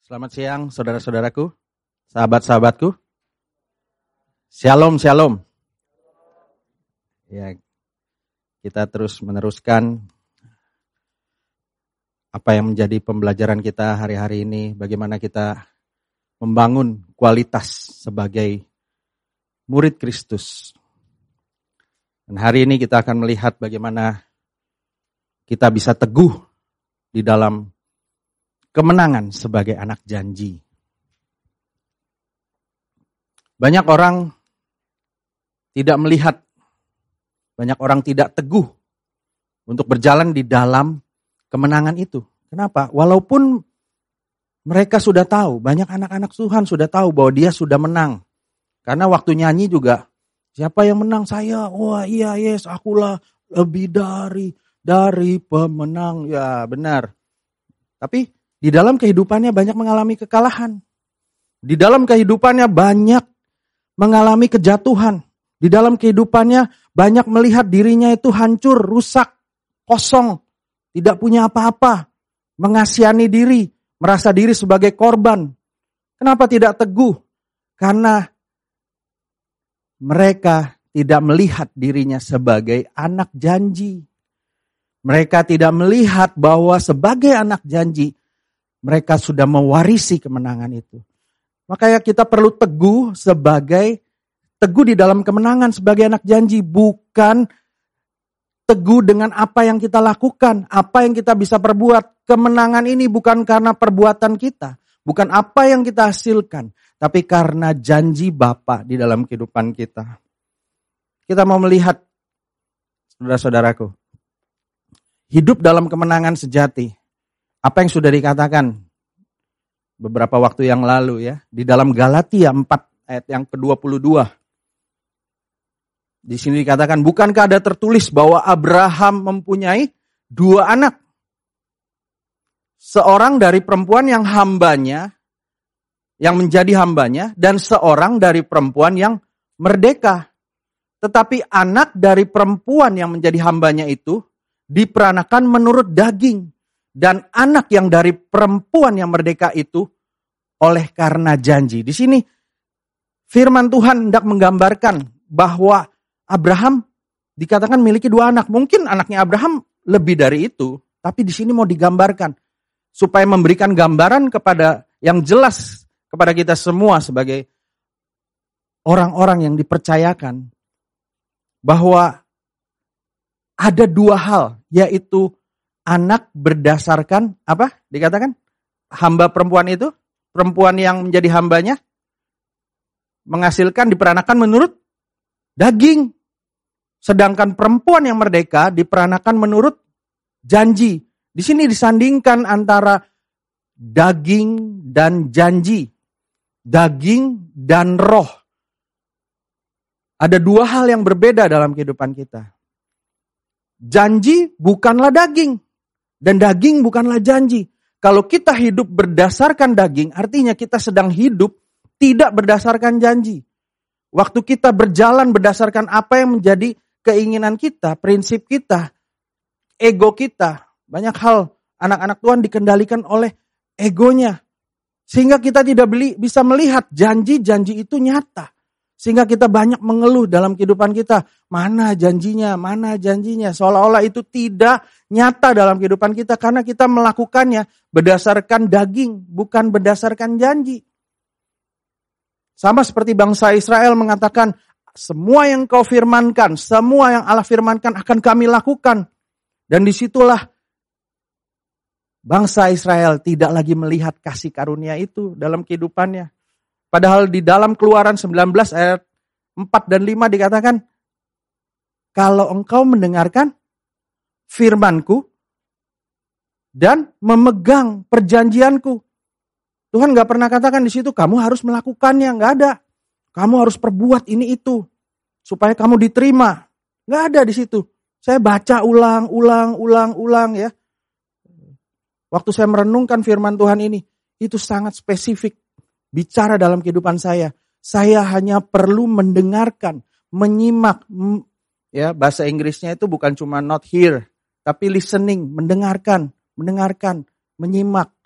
Selamat siang saudara-saudaraku, sahabat-sahabatku. Shalom, shalom. Ya, kita terus meneruskan apa yang menjadi pembelajaran kita hari-hari ini, bagaimana kita membangun kualitas sebagai murid Kristus. Dan hari ini kita akan melihat bagaimana kita bisa teguh di dalam kemenangan sebagai anak janji. Banyak orang tidak melihat, banyak orang tidak teguh untuk berjalan di dalam kemenangan itu. Kenapa? Walaupun mereka sudah tahu, banyak anak-anak Tuhan sudah tahu bahwa dia sudah menang. Karena waktu nyanyi juga, siapa yang menang? Saya. Wah iya, yes, akulah lebih dari pemenang. Ya benar. Tapi di dalam kehidupannya banyak mengalami kekalahan. Di dalam kehidupannya banyak mengalami kejatuhan. Di dalam kehidupannya banyak melihat dirinya itu hancur, rusak, kosong, tidak punya apa-apa, mengasihani diri, merasa diri sebagai korban. Kenapa tidak teguh? Karena mereka tidak melihat dirinya sebagai anak janji. Mereka tidak melihat bahwa sebagai anak janji, mereka sudah mewarisi kemenangan itu. Makanya kita perlu teguh di dalam kemenangan sebagai anak janji. Bukan teguh dengan apa yang kita lakukan, apa yang kita bisa perbuat. Kemenangan ini bukan karena perbuatan kita, bukan apa yang kita hasilkan, tapi karena janji Bapa di dalam kehidupan kita. Kita mau melihat, saudara-saudaraku, hidup dalam kemenangan sejati. Apa yang sudah dikatakan beberapa waktu yang lalu ya, di dalam Galatia 4 ayat yang ke-22. Di sini dikatakan, bukankah ada tertulis bahwa Abraham mempunyai 2 anak? Seorang dari perempuan yang hambanya, yang menjadi hambanya, dan seorang dari perempuan yang merdeka. Tetapi anak dari perempuan yang menjadi hambanya itu diperanakan menurut daging. Dan anak yang dari perempuan yang merdeka itu oleh karena janji. Di sini firman Tuhan hendak menggambarkan bahwa Abraham dikatakan memiliki 2 anak. Mungkin anaknya Abraham lebih dari itu. Tapi di sini mau digambarkan. Supaya memberikan gambaran kepada yang jelas kepada kita semua sebagai orang-orang yang dipercayakan. Bahwa ada 2 hal, yaitu anak berdasarkan apa? Dikatakan hamba perempuan itu, perempuan yang menjadi hambanya menghasilkan diperanakan menurut daging. Sedangkan perempuan yang merdeka diperanakan menurut janji. Di sini disandingkan antara daging dan janji. Daging dan roh. Ada 2 hal yang berbeda dalam kehidupan kita. Janji bukanlah daging. Dan daging bukanlah janji. Kalau kita hidup berdasarkan daging, artinya kita sedang hidup tidak berdasarkan janji. Waktu kita berjalan berdasarkan apa yang menjadi keinginan kita, prinsip kita, ego kita. Banyak hal anak-anak Tuhan dikendalikan oleh egonya. Sehingga kita tidak bisa melihat janji-janji itu nyata. Sehingga kita banyak mengeluh dalam kehidupan kita. Mana janjinya, mana janjinya. Seolah-olah itu tidak nyata dalam kehidupan kita. Karena kita melakukannya berdasarkan daging, bukan berdasarkan janji. Sama seperti bangsa Israel mengatakan, semua yang kau firmankan, semua yang Allah firmankan akan kami lakukan. Dan disitulah bangsa Israel tidak lagi melihat kasih karunia itu dalam kehidupannya. Padahal di dalam Keluaran 19 ayat 4 dan 5 dikatakan, kalau engkau mendengarkan firmanku dan memegang perjanjianku. Tuhan gak pernah katakan di situ, kamu harus melakukannya, gak ada. Kamu harus perbuat ini itu, supaya kamu diterima. Gak ada di situ. Saya baca ulang ya. Waktu saya merenungkan firman Tuhan ini, itu sangat spesifik. Bicara dalam kehidupan saya. Saya hanya perlu mendengarkan, menyimak. Ya, bahasa Inggrisnya itu bukan cuma not hear, tapi listening, mendengarkan, menyimak.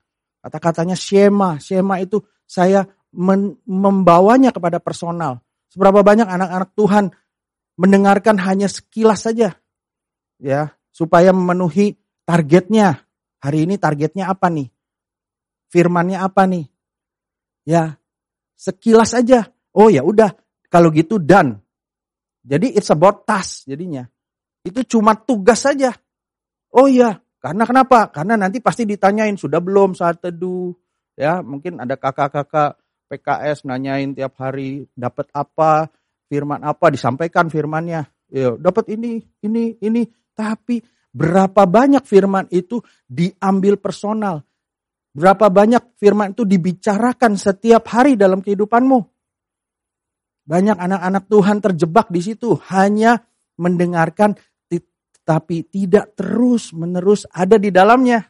Kata-katanya shema. Shema itu saya membawanya kepada personal. Seberapa banyak anak-anak Tuhan mendengarkan hanya sekilas saja. Ya, supaya memenuhi targetnya. Hari ini targetnya apa nih? Firmannya apa nih? Ya, sekilas aja. Oh ya udah, kalau gitu done. Jadi it's about task jadinya. Itu cuma tugas saja. Oh iya, karena kenapa? Karena nanti pasti ditanyain, sudah belum saat teduh? Ya, mungkin ada kakak-kakak PKS nanyain tiap hari, dapat apa, firman apa, disampaikan firmannya. Ya, dapat ini. Tapi berapa banyak firman itu diambil personal? Berapa banyak firman itu dibicarakan setiap hari dalam kehidupanmu? Banyak anak-anak Tuhan terjebak di situ, hanya mendengarkan tapi tidak terus-menerus ada di dalamnya.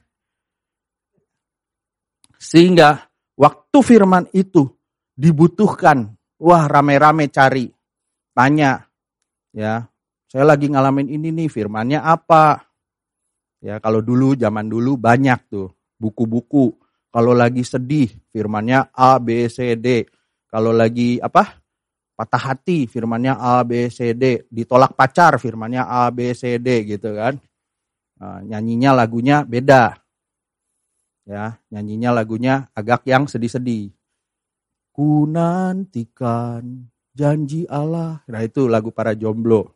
Sehingga waktu firman itu dibutuhkan, wah rame-rame cari, tanya, ya saya lagi ngalamin ini nih, firmannya apa? Ya kalau dulu, zaman dulu banyak tuh buku-buku. Kalau lagi sedih, firmannya A, B, C, D. Kalau lagi patah hati, firmannya A, B, C, D. Ditolak pacar, firmannya A, B, C, D gitu kan. Nah, nyanyinya lagunya beda. Ya, nyanyinya lagunya agak yang sedih-sedih. Ku nantikan janji Allah. Nah itu lagu para jomblo.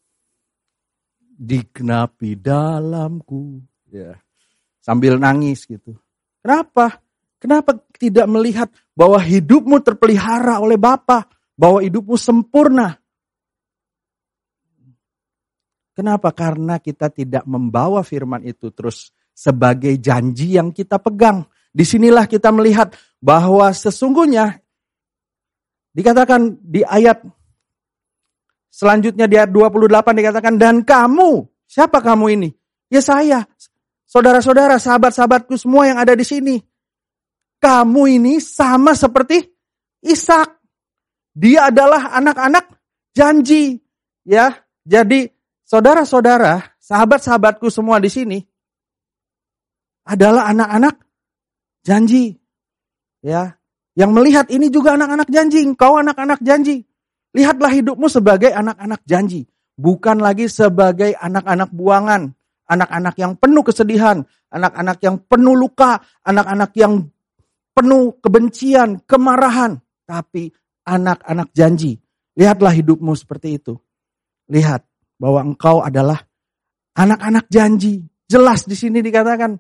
Digenapi dalamku. Ya, sambil nangis gitu. Kenapa? Kenapa tidak melihat bahwa hidupmu terpelihara oleh Bapa? Bahwa hidupmu sempurna. Kenapa? Karena kita tidak membawa firman itu terus sebagai janji yang kita pegang. Disinilah kita melihat bahwa sesungguhnya dikatakan di ayat selanjutnya di ayat 28 dikatakan, dan kamu, siapa kamu ini? Ya saya, saudara-saudara, sahabat-sahabatku semua yang ada di sini. Kamu ini sama seperti Ishak. Dia adalah anak-anak janji. Ya, jadi saudara-saudara, sahabat-sahabatku semua di sini adalah anak-anak janji. Ya, yang melihat ini juga anak-anak janji, engkau anak-anak janji. Lihatlah hidupmu sebagai anak-anak janji, bukan lagi sebagai anak-anak buangan, anak-anak yang penuh kesedihan, anak-anak yang penuh luka, anak-anak yang penuh kebencian, kemarahan, tapi anak-anak janji. Lihatlah hidupmu seperti itu. Lihat bahwa engkau adalah anak-anak janji. Jelas di sini dikatakan.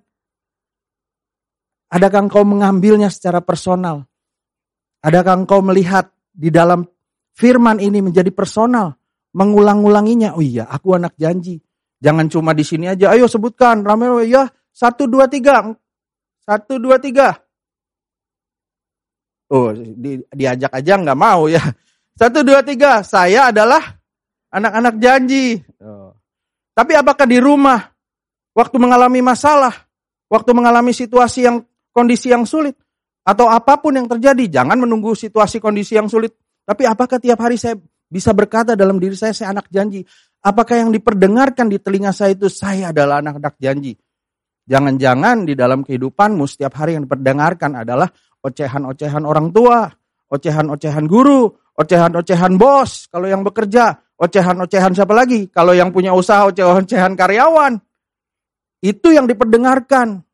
Adakah engkau mengambilnya secara personal? Adakah engkau melihat di dalam firman ini menjadi personal? Mengulang-ulanginya. Oh iya, aku anak janji. Jangan cuma di sini aja. Ayo sebutkan. Ramai ya. 1, 2, 3. 1, 2, 3. Oh, diajak aja nggak mau ya. 1, 2, 3. Saya adalah anak-anak janji. Oh. Tapi apakah di rumah, waktu mengalami masalah, waktu mengalami situasi yang kondisi yang sulit, atau apapun yang terjadi, jangan menunggu situasi kondisi yang sulit. Tapi apakah tiap hari saya bisa berkata dalam diri saya anak janji? Apakah yang diperdengarkan di telinga saya itu, saya adalah anak-anak janji? Jangan-jangan di dalam kehidupanmu setiap hari yang diperdengarkan adalah ocehan-ocehan orang tua, ocehan-ocehan guru, ocehan-ocehan bos kalau yang bekerja, ocehan-ocehan siapa lagi? Kalau yang punya usaha, ocehan-ocehan karyawan. Itu yang diperdengarkan.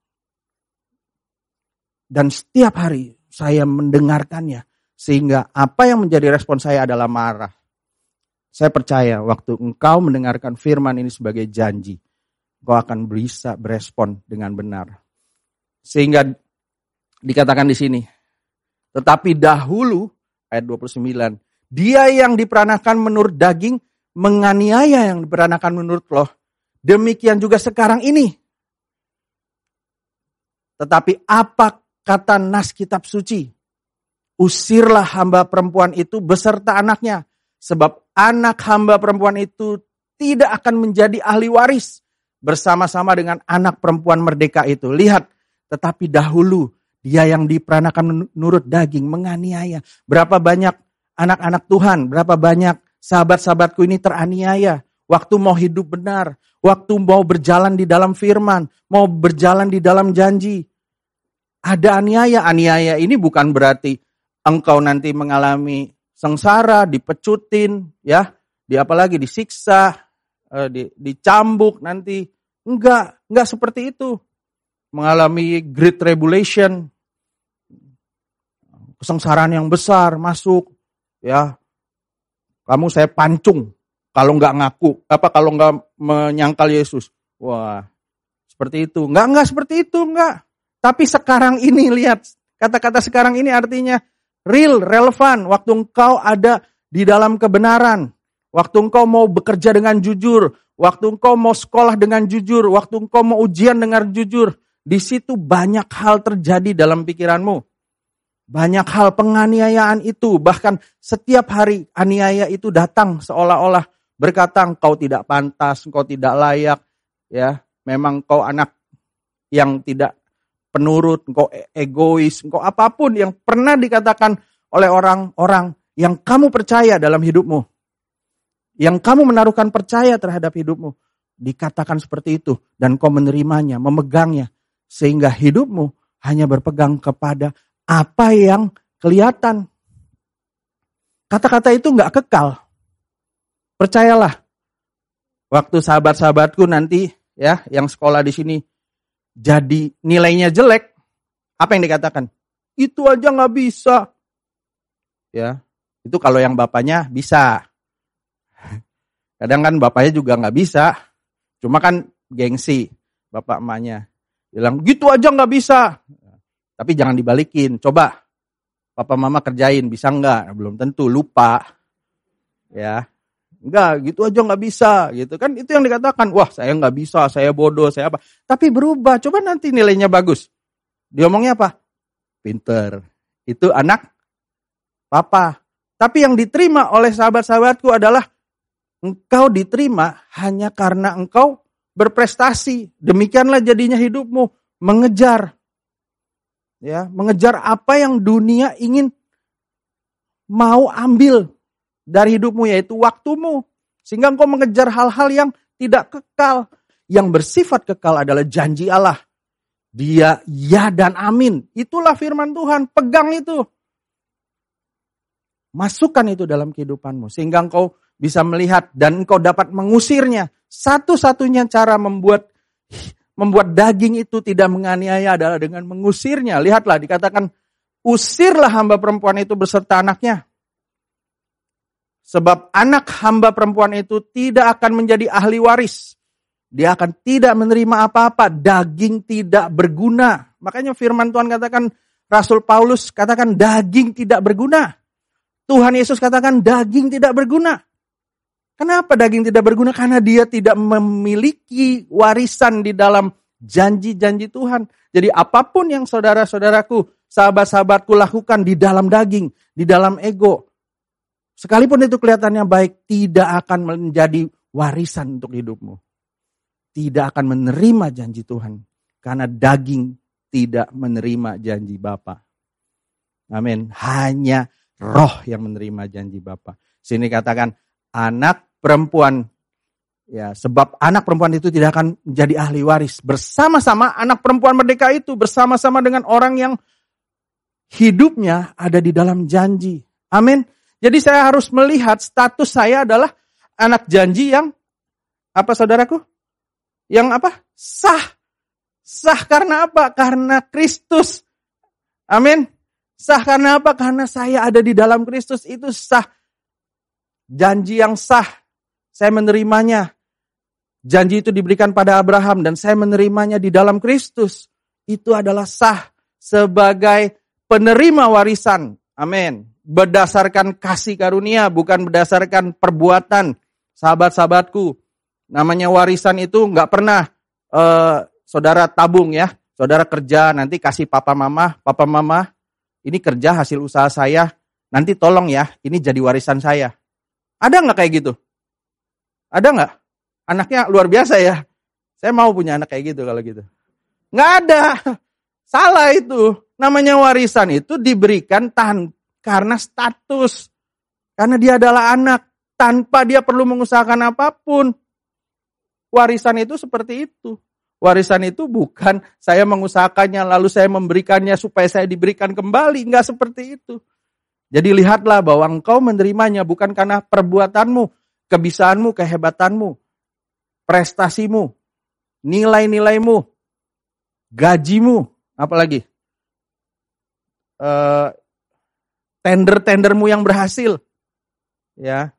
Dan setiap hari saya mendengarkannya. Sehingga apa yang menjadi respon saya adalah marah. Saya percaya waktu engkau mendengarkan firman ini sebagai janji, engkau akan bisa berespon dengan benar. Sehingga dikatakan di sini, tetapi dahulu, ayat 29, dia yang diperanakan menurut daging, menganiaya yang diperanakan menurut roh. Demikian juga sekarang ini. Tetapi apa kata nas kitab suci? Usirlah hamba perempuan itu beserta anaknya. Sebab anak hamba perempuan itu tidak akan menjadi ahli waris bersama-sama dengan anak perempuan merdeka itu. Lihat, tetapi dahulu dia yang diperanakan menurut daging, menganiaya. Berapa banyak anak-anak Tuhan, berapa banyak sahabat-sahabatku ini teraniaya. Waktu mau hidup benar, waktu mau berjalan di dalam firman, mau berjalan di dalam janji. ada aniaya. Aniaya ini bukan berarti engkau nanti mengalami sengsara, dipecutin, ya, apalagi disiksa, dicambuk nanti. Enggak seperti itu. Mengalami great tribulation, kesengsaraan yang besar masuk, ya. Kamu saya pancung kalau enggak ngaku, kalau enggak menyangkal Yesus. Wah, seperti itu. Enggak seperti itu, enggak. Tapi sekarang ini lihat, kata-kata sekarang ini artinya real, relevan. Waktu engkau ada di dalam kebenaran, waktu engkau mau bekerja dengan jujur, waktu engkau mau sekolah dengan jujur, waktu engkau mau ujian dengan jujur, di situ banyak hal terjadi dalam pikiranmu. Banyak hal penganiayaan itu, bahkan setiap hari aniaya itu datang seolah-olah berkata engkau tidak pantas, engkau tidak layak, ya. Memang engkau anak yang tidak penurut, engkau egois, engkau apapun yang pernah dikatakan oleh orang-orang yang kamu percaya dalam hidupmu. Yang kamu menaruhkan percaya terhadap hidupmu. Dikatakan seperti itu dan kau menerimanya, memegangnya. Sehingga hidupmu hanya berpegang kepada apa yang kelihatan. Kata-kata itu enggak kekal. Percayalah. Waktu sahabat-sahabatku nanti ya yang sekolah di sini jadi nilainya jelek, apa yang dikatakan? Itu aja nggak bisa. Ya, itu kalau yang bapaknya bisa. Kadang kan bapaknya juga nggak bisa. Cuma kan gengsi bapak emaknya. Bilang gitu aja nggak bisa. Tapi jangan dibalikin. Coba papa mama kerjain, bisa nggak? Belum tentu, lupa. Ya. Enggak, gitu aja nggak bisa, gitu kan? Itu yang dikatakan, wah saya nggak bisa, saya bodoh, saya apa? Tapi berubah, coba nanti nilainya bagus. Diomongnya apa? Pinter. Itu anak papa. Tapi yang diterima oleh sahabat-sahabatku adalah engkau diterima hanya karena engkau berprestasi. Demikianlah jadinya hidupmu, mengejar, ya, mengejar apa yang dunia ingin mau ambil dari hidupmu, yaitu waktumu. Sehingga engkau mengejar hal-hal yang tidak kekal. Yang bersifat kekal adalah janji Allah. Dia ya dan amin. Itulah firman Tuhan. Pegang itu. Masukkan itu dalam kehidupanmu. Sehingga engkau bisa melihat dan engkau dapat mengusirnya. Satu-satunya cara membuat daging itu tidak menganiaya adalah dengan mengusirnya. Lihatlah, dikatakan usirlah hamba perempuan itu beserta anaknya. Sebab anak hamba perempuan itu tidak akan menjadi ahli waris. Dia akan tidak menerima apa-apa. Daging tidak berguna. Makanya firman Tuhan katakan, Rasul Paulus katakan daging tidak berguna. Tuhan Yesus katakan daging tidak berguna. Kenapa daging tidak berguna? Karena dia tidak memiliki warisan di dalam janji-janji Tuhan. Jadi apapun yang saudara-saudaraku, sahabat-sahabatku lakukan di dalam daging, di dalam ego, sekalipun itu kelihatannya baik, tidak akan menjadi warisan untuk hidupmu. Tidak akan menerima janji Tuhan. Karena daging tidak menerima janji Bapa. Amin. Hanya roh yang menerima janji Bapa. Sini katakan anak perempuan. Ya, sebab anak perempuan itu tidak akan menjadi ahli waris. Bersama-sama anak perempuan merdeka itu. Bersama-sama dengan orang yang hidupnya ada di dalam janji. Amin. Jadi saya harus melihat status saya adalah anak janji yang apa saudaraku? Yang apa? Sah. Sah karena apa? Karena Kristus. Amin. Sah karena apa? Karena saya ada di dalam Kristus, itu sah. Janji yang sah. Saya menerimanya. Janji itu diberikan pada Abraham dan saya menerimanya di dalam Kristus. Itu adalah sah sebagai penerima warisan. Amin. Berdasarkan kasih karunia, bukan berdasarkan perbuatan. Sahabat-sahabatku, namanya warisan itu nggak pernah saudara tabung ya. Saudara kerja, nanti kasih papa mama, ini kerja hasil usaha saya, nanti tolong ya, ini jadi warisan saya. Ada nggak kayak gitu? Ada nggak? Anaknya luar biasa ya. Saya mau punya anak kayak gitu kalau gitu. Nggak ada. Salah itu. Namanya warisan itu diberikan karena status. Karena dia adalah anak. Tanpa dia perlu mengusahakan apapun. Warisan itu seperti itu. Warisan itu bukan saya mengusahakannya lalu saya memberikannya supaya saya diberikan kembali. Enggak seperti itu. Jadi lihatlah bahwa engkau menerimanya bukan karena perbuatanmu, kebisaanmu, kehebatanmu, prestasimu, nilai-nilaimu, gajimu, apalagi tender-tendermu yang berhasil, ya,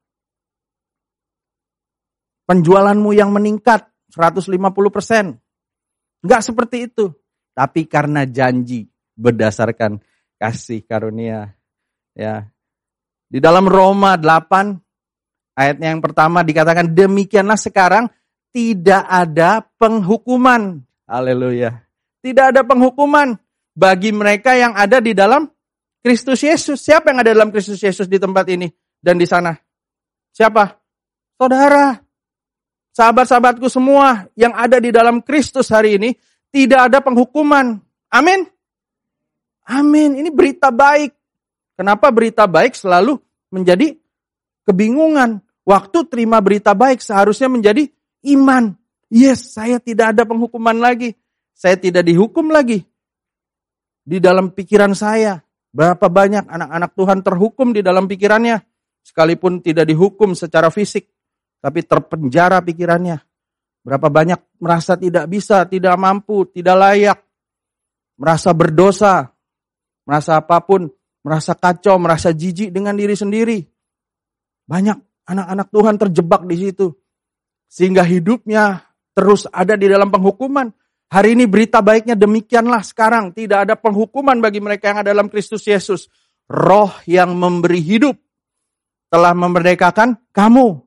penjualanmu yang meningkat 150%. Enggak seperti itu. Tapi karena janji berdasarkan kasih karunia. Ya. Di dalam Roma 8 ayatnya yang pertama dikatakan demikianlah sekarang tidak ada penghukuman. Haleluya. Tidak ada penghukuman bagi mereka yang ada di dalam Kristus Yesus. Siapa yang ada dalam Kristus Yesus di tempat ini dan di sana? Siapa? Saudara. Sahabat-sahabatku semua yang ada di dalam Kristus hari ini, tidak ada penghukuman. Amin. Amin. Ini berita baik. Kenapa berita baik selalu menjadi kebingungan? Waktu terima berita baik seharusnya menjadi iman. Yes, saya tidak ada penghukuman lagi. Saya tidak dihukum lagi. Di dalam pikiran saya, berapa banyak anak-anak Tuhan terhukum di dalam pikirannya. Sekalipun tidak dihukum secara fisik. Tapi terpenjara pikirannya. Berapa banyak merasa tidak bisa, tidak mampu, tidak layak. Merasa berdosa. Merasa apapun. Merasa kacau, merasa jijik dengan diri sendiri. Banyak anak-anak Tuhan terjebak di situ. Sehingga hidupnya terus ada di dalam penghukuman. Hari ini berita baiknya demikianlah sekarang. Tidak ada penghukuman bagi mereka yang ada dalam Kristus Yesus. Roh yang memberi hidup telah memerdekakan kamu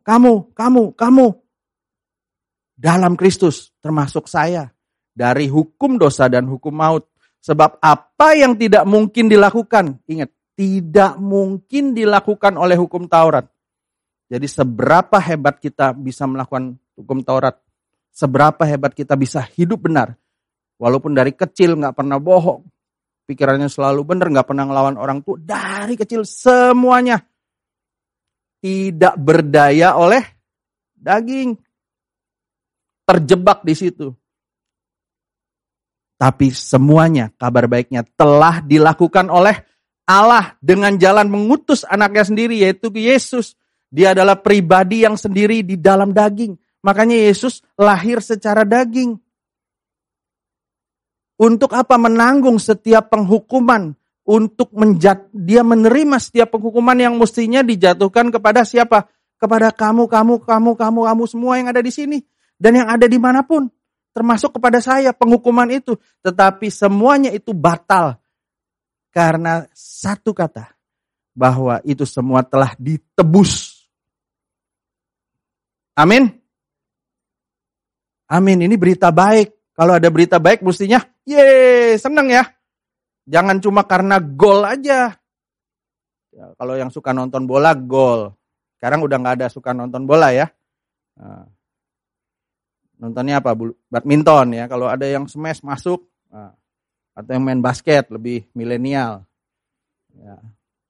dalam Kristus, termasuk saya, dari hukum dosa dan hukum maut. Sebab apa yang tidak mungkin dilakukan, ingat, tidak mungkin dilakukan oleh hukum Taurat. Jadi seberapa hebat kita bisa melakukan hukum Taurat, seberapa hebat kita bisa hidup benar. Walaupun dari kecil gak pernah bohong, pikirannya selalu benar, gak pernah ngelawan orang tua, dari kecil semuanya tidak berdaya oleh daging. Terjebak di situ. Tapi semuanya kabar baiknya telah dilakukan oleh Allah dengan jalan mengutus anaknya sendiri yaitu Yesus. Dia adalah pribadi yang sendiri di dalam daging. Makanya Yesus lahir secara daging. Untuk apa? Menanggung setiap penghukuman. Untuk dia menerima setiap penghukuman yang mestinya dijatuhkan kepada siapa? Kepada kamu semua yang ada di sini. Dan yang ada dimanapun. Termasuk kepada saya penghukuman itu. Tetapi semuanya itu batal. Karena satu kata. Bahwa itu semua telah ditebus. Amin. Amin. Ini berita baik. Kalau ada berita baik mestinya, yeay, senang ya. Jangan cuma karena gol aja. Ya, kalau yang suka nonton bola, gol. Sekarang udah gak ada suka nonton bola ya. Nah, nontonnya apa? Badminton ya. Kalau ada yang smash masuk. Nah, atau yang main basket, lebih milenial. Ya.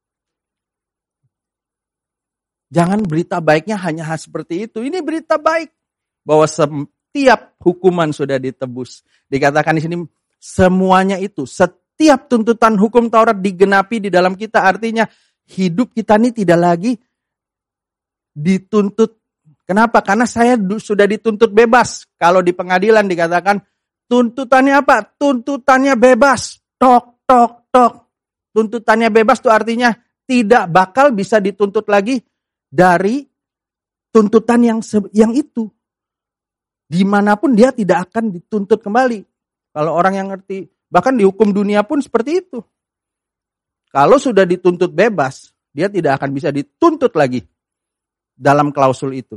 Jangan berita baiknya hanya seperti itu. Ini berita baik. Bahwa setiap hukuman sudah ditebus. Dikatakan di sini semuanya itu. Setiap tuntutan hukum Taurat digenapi di dalam kita. Artinya hidup kita ini tidak lagi dituntut. Kenapa? Karena saya sudah dituntut bebas. Kalau di pengadilan dikatakan tuntutannya apa? Tuntutannya bebas. Tok, tok, tok. Tuntutannya bebas itu artinya tidak bakal bisa dituntut lagi dari tuntutan yang itu. Dimanapun dia tidak akan dituntut kembali. Kalau orang yang ngerti, bahkan di hukum dunia pun seperti itu. Kalau sudah dituntut bebas, dia tidak akan bisa dituntut lagi dalam klausul itu.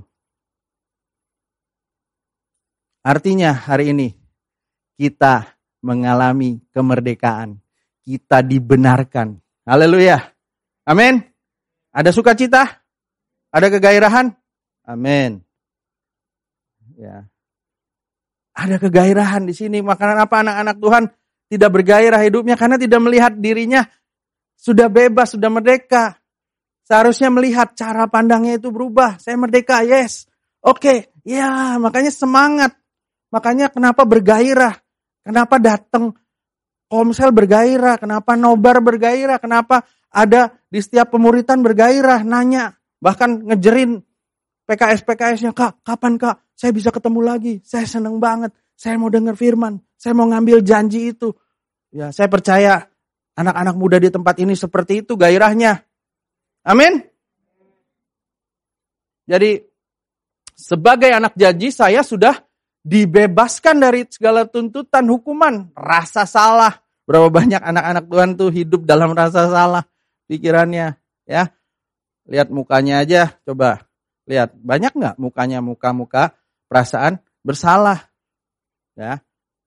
Artinya hari ini kita mengalami kemerdekaan. Kita dibenarkan. Haleluya. Amin. Ada sukacita? Ada kegairahan? Amin. Ya. Ada kegairahan di sini. Makanya apa anak-anak Tuhan tidak bergairah hidupnya karena tidak melihat dirinya sudah bebas, sudah merdeka. Seharusnya melihat cara pandangnya itu berubah. Saya merdeka, yes. Oke, ya makanya semangat. Makanya kenapa bergairah? Kenapa datang komsel bergairah? Kenapa nobar bergairah? Kenapa ada di setiap pemuritan bergairah, nanya, bahkan ngejerin PKS-PKS-nya, Kak, kapan Kak? Saya bisa ketemu lagi. Saya senang banget. Saya mau dengar firman. Saya mau ngambil janji itu. Ya, saya percaya anak-anak muda di tempat ini seperti itu gairahnya. Amin. Jadi sebagai anak janji saya sudah dibebaskan dari segala tuntutan hukuman, rasa salah. Berapa banyak anak-anak Tuhan tuh hidup dalam rasa salah pikirannya, ya. Lihat mukanya aja, coba. Lihat, banyak nggak mukanya muka-muka perasaan bersalah, ya.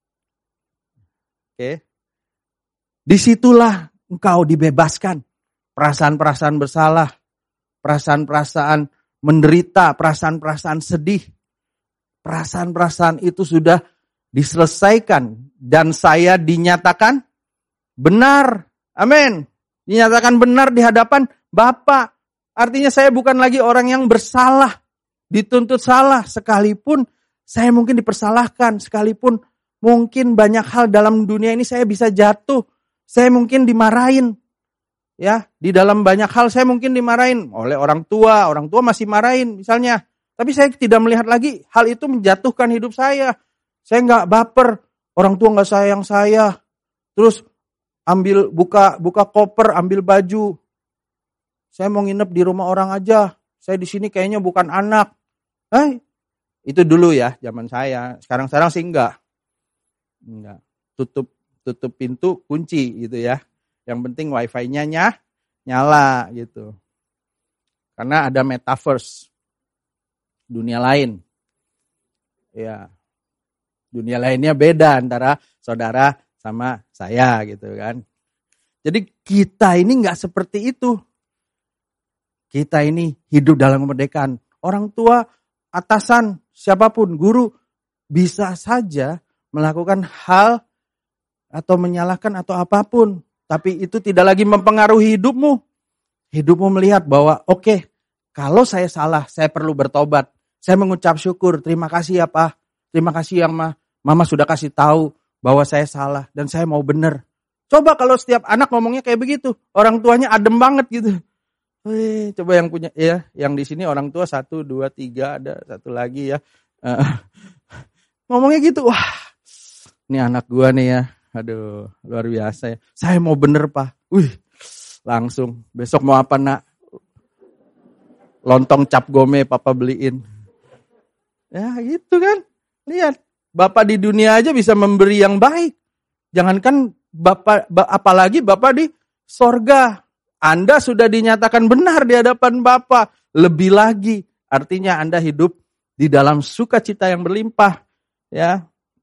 Oke. Disitulah engkau dibebaskan. Perasaan-perasaan bersalah, perasaan-perasaan menderita, perasaan-perasaan sedih. Perasaan-perasaan itu sudah diselesaikan dan saya dinyatakan benar. Amin. Dinyatakan benar di hadapan Bapa. Artinya saya bukan lagi orang yang bersalah, dituntut salah, sekalipun saya mungkin dipersalahkan, sekalipun mungkin banyak hal dalam dunia ini saya bisa jatuh, saya mungkin dimarahin. Ya, di dalam banyak hal saya mungkin dimarahin oleh orang tua masih marahin misalnya. Tapi saya tidak melihat lagi hal itu menjatuhkan hidup saya. Saya nggak baper, orang tua nggak sayang saya. Terus buka koper, ambil baju. Saya mau nginep di rumah orang aja. Saya di sini kayaknya bukan anak. Itu dulu ya, zaman saya. Sekarang sih enggak. Tutup pintu, kunci gitu ya. Yang penting wifi-nya nyala gitu. Karena ada metaverse. Dunia lain. Ya. Dunia lainnya beda antara saudara sama saya gitu kan. Jadi kita ini enggak seperti itu. Kita ini hidup dalam kemerdekaan. Orang tua, atasan, siapapun, guru bisa saja melakukan hal atau menyalahkan atau apapun. Tapi itu tidak lagi mempengaruhi hidupmu. Hidupmu melihat bahwa oke, kalau saya salah, saya perlu bertobat. Saya mengucap syukur, terima kasih ya Pak. Terima kasih yang Mama sudah kasih tahu bahwa saya salah dan saya mau benar. Coba kalau setiap anak ngomongnya kayak begitu. Orang tuanya adem banget gitu. Coba yang punya ya, yang di sini orang tua 1, 2, 3 ada satu lagi ya. Ngomongnya gitu, wah, ini anak gua nih ya, aduh luar biasa ya. Saya mau bener Pak, langsung besok mau apa nak? Lontong cap gome Papa beliin. Ya gitu kan, lihat Bapak di dunia aja bisa memberi yang baik. Jangankan Bapak, apalagi Bapak di sorga. Anda sudah dinyatakan benar di hadapan Bapa. Lebih lagi, artinya Anda hidup di dalam sukacita yang berlimpah. Ya.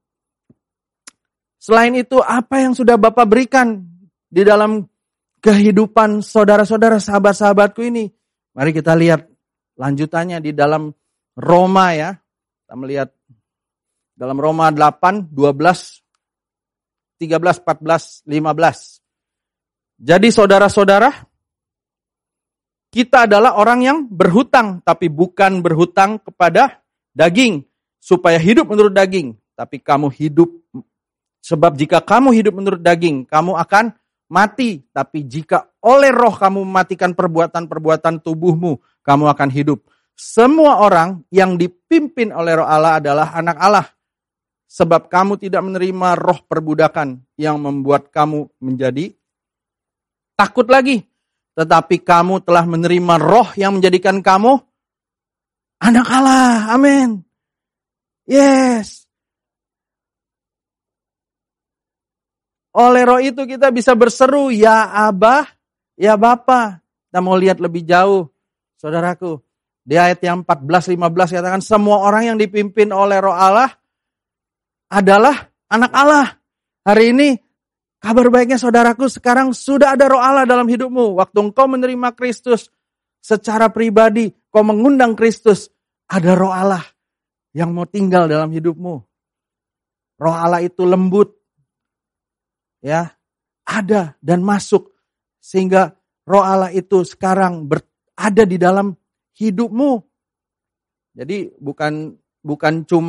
Selain itu, apa yang sudah Bapa berikan di dalam kehidupan saudara-saudara, sahabat-sahabatku ini? Mari kita lihat lanjutannya di dalam Roma ya. Kita melihat dalam Roma 8, 12, 13, 14, 15. Jadi saudara-saudara, kita adalah orang yang berhutang, tapi bukan berhutang kepada daging, supaya hidup menurut daging. Tapi kamu hidup, sebab jika kamu hidup menurut daging, kamu akan mati. Tapi jika oleh roh kamu mematikan perbuatan-perbuatan tubuhmu, kamu akan hidup. Semua orang yang dipimpin oleh roh Allah adalah anak Allah. Sebab kamu tidak menerima roh perbudakan yang membuat kamu menjadi takut lagi. Tetapi kamu telah menerima roh yang menjadikan kamu anak Allah. Amin. Yes. Oleh roh itu kita bisa berseru, ya Abah, ya Bapa. Kita mau lihat lebih jauh, saudaraku. Di ayat yang 14-15 katakan, semua orang yang dipimpin oleh roh Allah adalah anak Allah. Hari ini, kabar baiknya saudaraku, sekarang sudah ada roh Allah dalam hidupmu. Waktu engkau menerima Kristus secara pribadi, kau mengundang Kristus, ada roh Allah yang mau tinggal dalam hidupmu. Roh Allah itu lembut. Ya, ada dan masuk. Sehingga roh Allah itu sekarang ada di dalam hidupmu. Jadi bukan cuma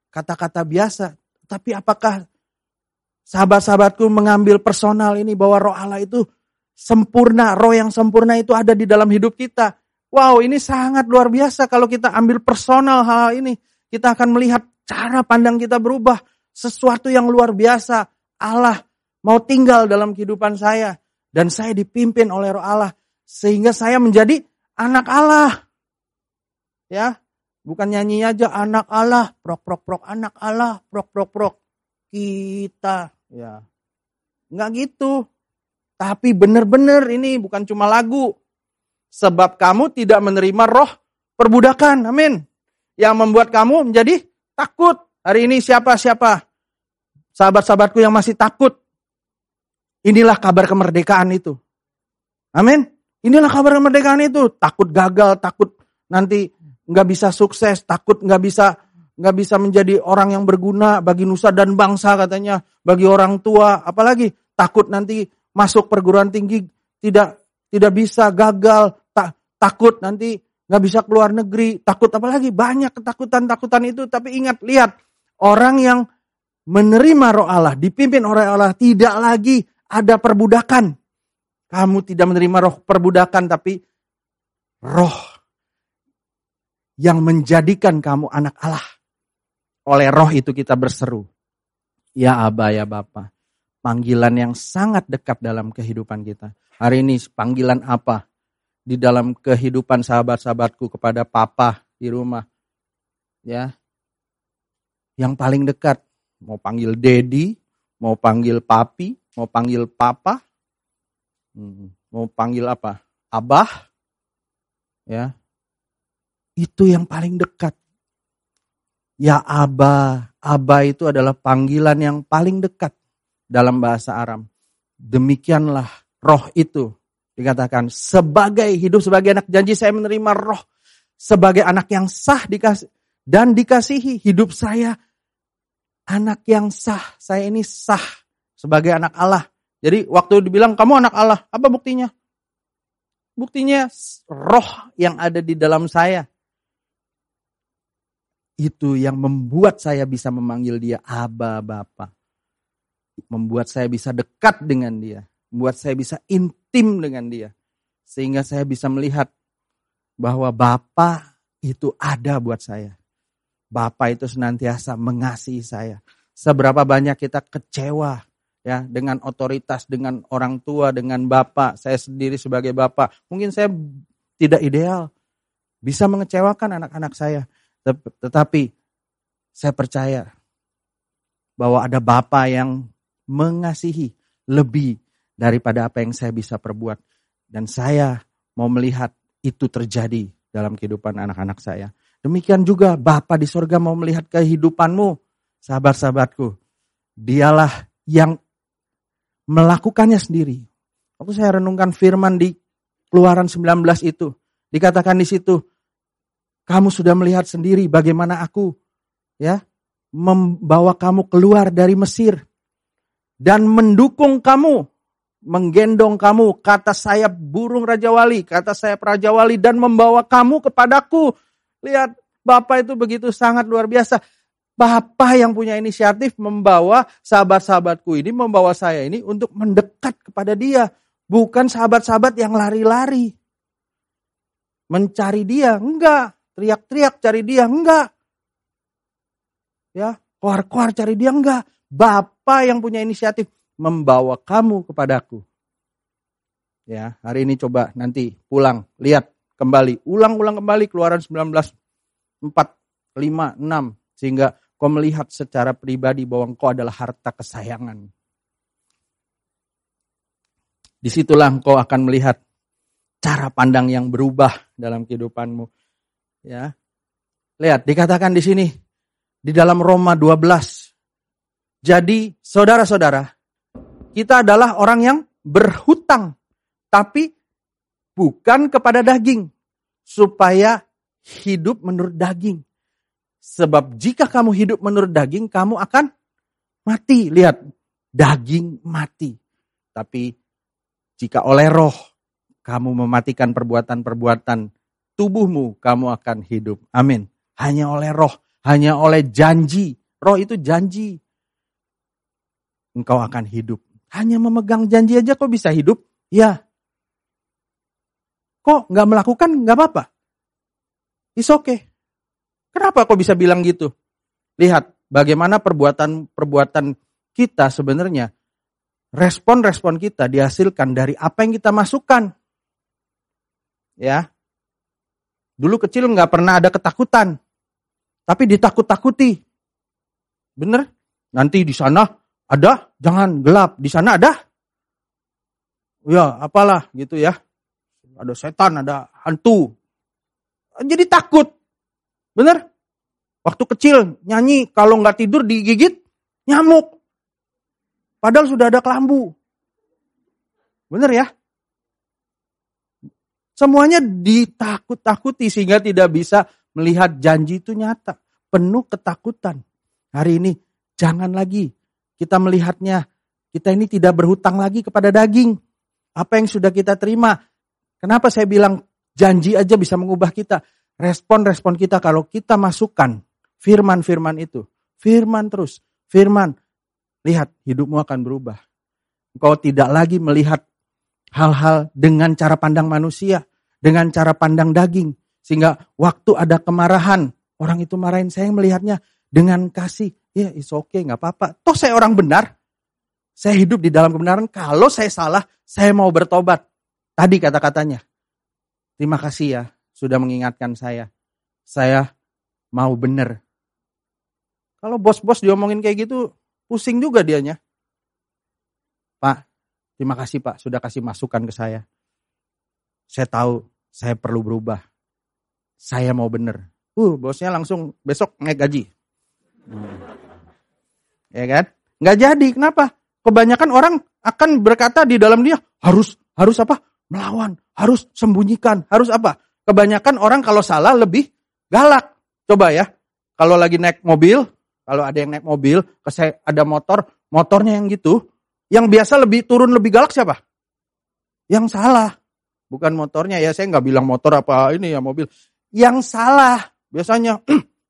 kata-kata biasa. Tapi apakah sahabat-sahabatku mengambil personal ini bahwa Roh Allah itu sempurna, Roh yang sempurna itu ada di dalam hidup kita. Wow, ini sangat luar biasa kalau kita ambil personal hal ini. Kita akan melihat cara pandang kita berubah. Sesuatu yang luar biasa. Allah mau tinggal dalam kehidupan saya. Dan saya dipimpin oleh Roh Allah. Sehingga saya menjadi anak Allah. Ya, bukan nyanyi aja anak Allah. Prok, prok, prok, anak Allah. Prok, prok, prok. Kita. Ya, nggak gitu. Tapi benar-benar ini bukan cuma lagu. Sebab kamu tidak menerima roh perbudakan. Amin. Yang membuat kamu menjadi takut. Hari ini siapa? Sahabat-sahabatku yang masih takut. Inilah kabar kemerdekaan itu. Amin. Inilah kabar kemerdekaan itu. Takut gagal, takut nanti nggak bisa sukses, takut nggak bisa menjadi orang yang berguna bagi nusa dan bangsa katanya, bagi orang tua, apalagi takut nanti masuk perguruan tinggi tidak bisa, gagal, takut nanti nggak bisa keluar negeri, takut apalagi banyak ketakutan itu. Tapi ingat, lihat, orang yang menerima Roh Allah, dipimpin oleh Allah, tidak lagi ada perbudakan. Kamu tidak menerima roh perbudakan, tapi roh yang menjadikan kamu anak Allah. Oleh roh itu kita berseru, ya Aba, ya Bapa. Panggilan yang sangat dekat dalam kehidupan kita. Hari ini panggilan apa di dalam kehidupan sahabat-sahabatku kepada Papa di rumah? Ya, yang paling dekat. Mau panggil Dedi, mau panggil Papi, mau panggil Papa, mau panggil apa? Abah. Ya, itu yang paling dekat. Ya Aba, Aba itu adalah panggilan yang paling dekat dalam bahasa Aram. Demikianlah roh itu dikatakan hidup sebagai anak janji, saya menerima roh sebagai anak yang sah dikasihi. Hidup saya anak yang sah, saya ini sah sebagai anak Allah. Jadi waktu dibilang kamu anak Allah, apa buktinya? Buktinya roh yang ada di dalam saya. Itu yang membuat saya bisa memanggil dia Aba, Bapa. Membuat saya bisa dekat dengan dia. Membuat saya bisa intim dengan dia. Sehingga saya bisa melihat bahwa Bapa itu ada buat saya. Bapa itu senantiasa mengasihi saya. Seberapa banyak kita kecewa ya dengan otoritas, dengan orang tua, dengan Bapa. Saya sendiri sebagai Bapa. Mungkin saya tidak ideal. Bisa mengecewakan anak-anak saya. Tetapi saya percaya bahwa ada Bapa yang mengasihi lebih daripada apa yang saya bisa perbuat. Dan saya mau melihat itu terjadi dalam kehidupan anak-anak saya. Demikian juga Bapa di sorga mau melihat kehidupanmu, sahabat-sahabatku. Dialah yang melakukannya sendiri. Waktu saya renungkan firman di Keluaran 19 itu, dikatakan di situ, kamu sudah melihat sendiri bagaimana aku ya membawa kamu keluar dari Mesir dan mendukung kamu, menggendong kamu ke atas sayap burung Raja Wali, ke atas sayap Raja Wali dan membawa kamu kepadaku. Lihat, Bapa itu begitu sangat luar biasa. Bapa yang punya inisiatif membawa sahabat-sahabatku ini, membawa saya ini untuk mendekat kepada dia. Bukan sahabat-sahabat yang lari-lari mencari dia, enggak. Teriak-teriak cari dia, enggak. Ya, keluar-keluar cari dia, enggak. Bapa yang punya inisiatif membawa kamu kepadaku. Ya, hari ini coba nanti pulang, lihat kembali, ulang-ulang kembali Keluaran 19, 4, 5, 6. Sehingga kau melihat secara pribadi bahwa engkau adalah harta kesayangan. Disitulah engkau akan melihat cara pandang yang berubah dalam kehidupanmu. Ya, lihat dikatakan di sini di dalam Roma 12. Jadi saudara-saudara, kita adalah orang yang berhutang, tapi bukan kepada daging, supaya hidup menurut daging. Sebab jika kamu hidup menurut daging, kamu akan mati. Lihat, daging mati. Tapi jika oleh roh kamu mematikan perbuatan-perbuatan tubuhmu, kamu akan hidup. Amin. Hanya oleh roh. hanya oleh janji. Roh itu janji. Engkau akan hidup. Hanya memegang janji aja kok bisa hidup? Ya. Kok gak melakukan? Gak apa-apa. It's okay. Kenapa kok bisa bilang gitu? Lihat bagaimana perbuatan kita sebenarnya. Respon-respon kita dihasilkan dari apa yang kita masukkan. Ya. Dulu kecil gak pernah ada ketakutan. Tapi ditakut-takuti. Bener? Nanti di sana ada, jangan gelap. Di sana ada. Ya, apalah gitu ya. Ada setan, ada hantu. Jadi takut. Bener? Waktu kecil nyanyi, kalau nggak tidur digigit nyamuk. Padahal sudah ada kelambu. Bener ya? Semuanya ditakut-takuti sehingga tidak bisa melihat janji itu nyata. Penuh ketakutan. Hari ini jangan lagi kita melihatnya. Kita ini tidak berhutang lagi kepada daging. Apa yang sudah kita terima. Kenapa saya bilang janji aja bisa mengubah kita. Respon-respon kita kalau kita masukkan firman-firman itu. Firman terus. Firman. Lihat hidupmu akan berubah. Engkau tidak lagi melihat hal-hal dengan cara pandang manusia. Dengan cara pandang daging. Sehingga waktu ada kemarahan. Orang itu marahin, saya melihatnya dengan kasih. Ya it's okay, gak apa-apa. Toh saya orang benar. Saya hidup di dalam kebenaran. Kalau saya salah, saya mau bertobat. Tadi kata-katanya. Terima kasih ya, sudah mengingatkan saya. Saya mau benar. Kalau bos-bos diomongin kayak gitu, pusing juga dianya. Pak, terima kasih Pak, sudah kasih masukan ke saya. Saya tahu, saya perlu berubah. Saya mau benar. Bosnya langsung besok naik gaji. Ya kan? Nggak jadi, kenapa? Kebanyakan orang akan berkata di dalam dia, harus apa? Melawan, harus sembunyikan, harus apa? Kebanyakan orang kalau salah lebih galak. Coba ya, kalau lagi naik mobil, kalau ada yang naik mobil, ada motornya yang gitu, yang biasa turun lebih galak siapa? Yang salah. Bukan motornya ya, saya nggak bilang motor apa ini ya mobil. Yang salah. Biasanya,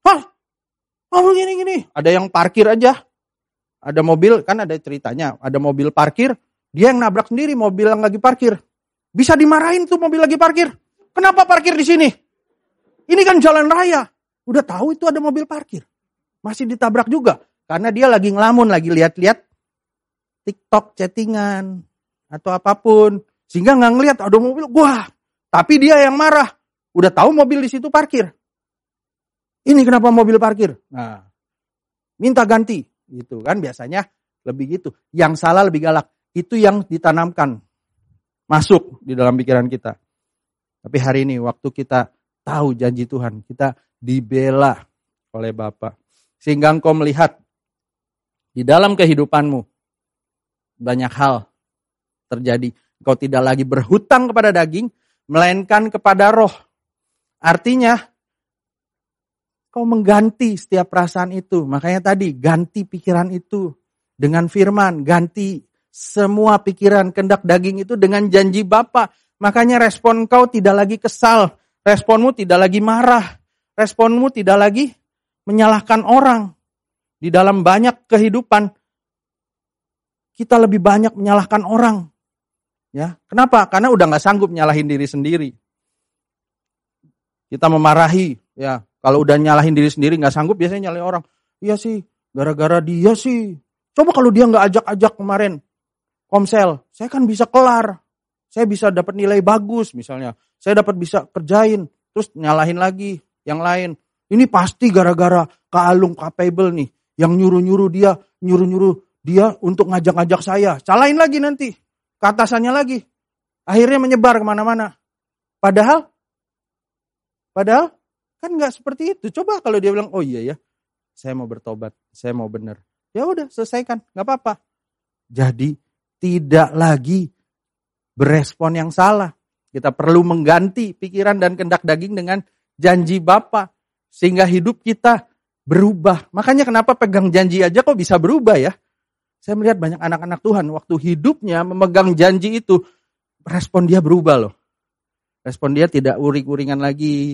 gini. Ada yang parkir aja. Ada mobil, kan ada ceritanya. Ada mobil parkir, dia yang nabrak sendiri mobil yang lagi parkir. Bisa dimarahin tuh mobil lagi parkir. Kenapa parkir di sini? Ini kan jalan raya. Udah tahu itu ada mobil parkir. Masih ditabrak juga. Karena dia lagi ngelamun, lagi lihat-lihat TikTok, chattingan, atau apapun. Sehingga nggak ngelihat ada mobil, wah. Tapi dia yang marah. Udah tahu mobil di situ parkir. Ini kenapa mobil parkir? Nah, minta ganti. Gitu kan biasanya lebih gitu. Yang salah lebih galak. Itu yang ditanamkan. Masuk di dalam pikiran kita. Tapi hari ini waktu kita tahu janji Tuhan. Kita dibela oleh Bapa. Sehingga engkau melihat di dalam kehidupanmu. Banyak hal terjadi. Engkau tidak lagi berhutang kepada daging. Melainkan kepada roh. Artinya kau mengganti setiap perasaan itu. Makanya tadi ganti pikiran itu dengan firman. Ganti semua pikiran kehendak daging itu dengan janji Bapa. Makanya respon kau tidak lagi kesal. Responmu tidak lagi marah. Responmu tidak lagi menyalahkan orang. Di dalam banyak kehidupan kita lebih banyak menyalahkan orang. Ya, kenapa? Karena udah gak sanggup nyalahin diri sendiri. Kita memarahi, ya. Kalau udah nyalahin diri sendiri gak sanggup, biasanya nyalahin orang. Iya sih, gara-gara dia sih. Coba kalau dia gak ajak-ajak kemarin Komsel, saya kan bisa kelar. Saya bisa dapat nilai bagus misalnya. Saya dapat bisa kerjain. Terus nyalahin lagi yang lain. Ini pasti gara-gara Kak Alung capable nih. Yang nyuruh-nyuruh dia untuk ngajak-ngajak saya. Salahin lagi nanti. Ke atasannya lagi. Akhirnya menyebar kemana-mana. Padahal kan nggak seperti itu. Coba kalau dia bilang, oh iya ya, saya mau bertobat, saya mau benar. Ya udah, selesaikan, nggak apa-apa. Jadi tidak lagi berespon yang salah. Kita perlu mengganti pikiran dan kehendak daging dengan janji Bapa sehingga hidup kita berubah. Makanya kenapa pegang janji aja kok bisa berubah ya? Saya melihat banyak anak-anak Tuhan waktu hidupnya memegang janji itu, respon dia berubah loh. Respon dia tidak uring-uringan lagi.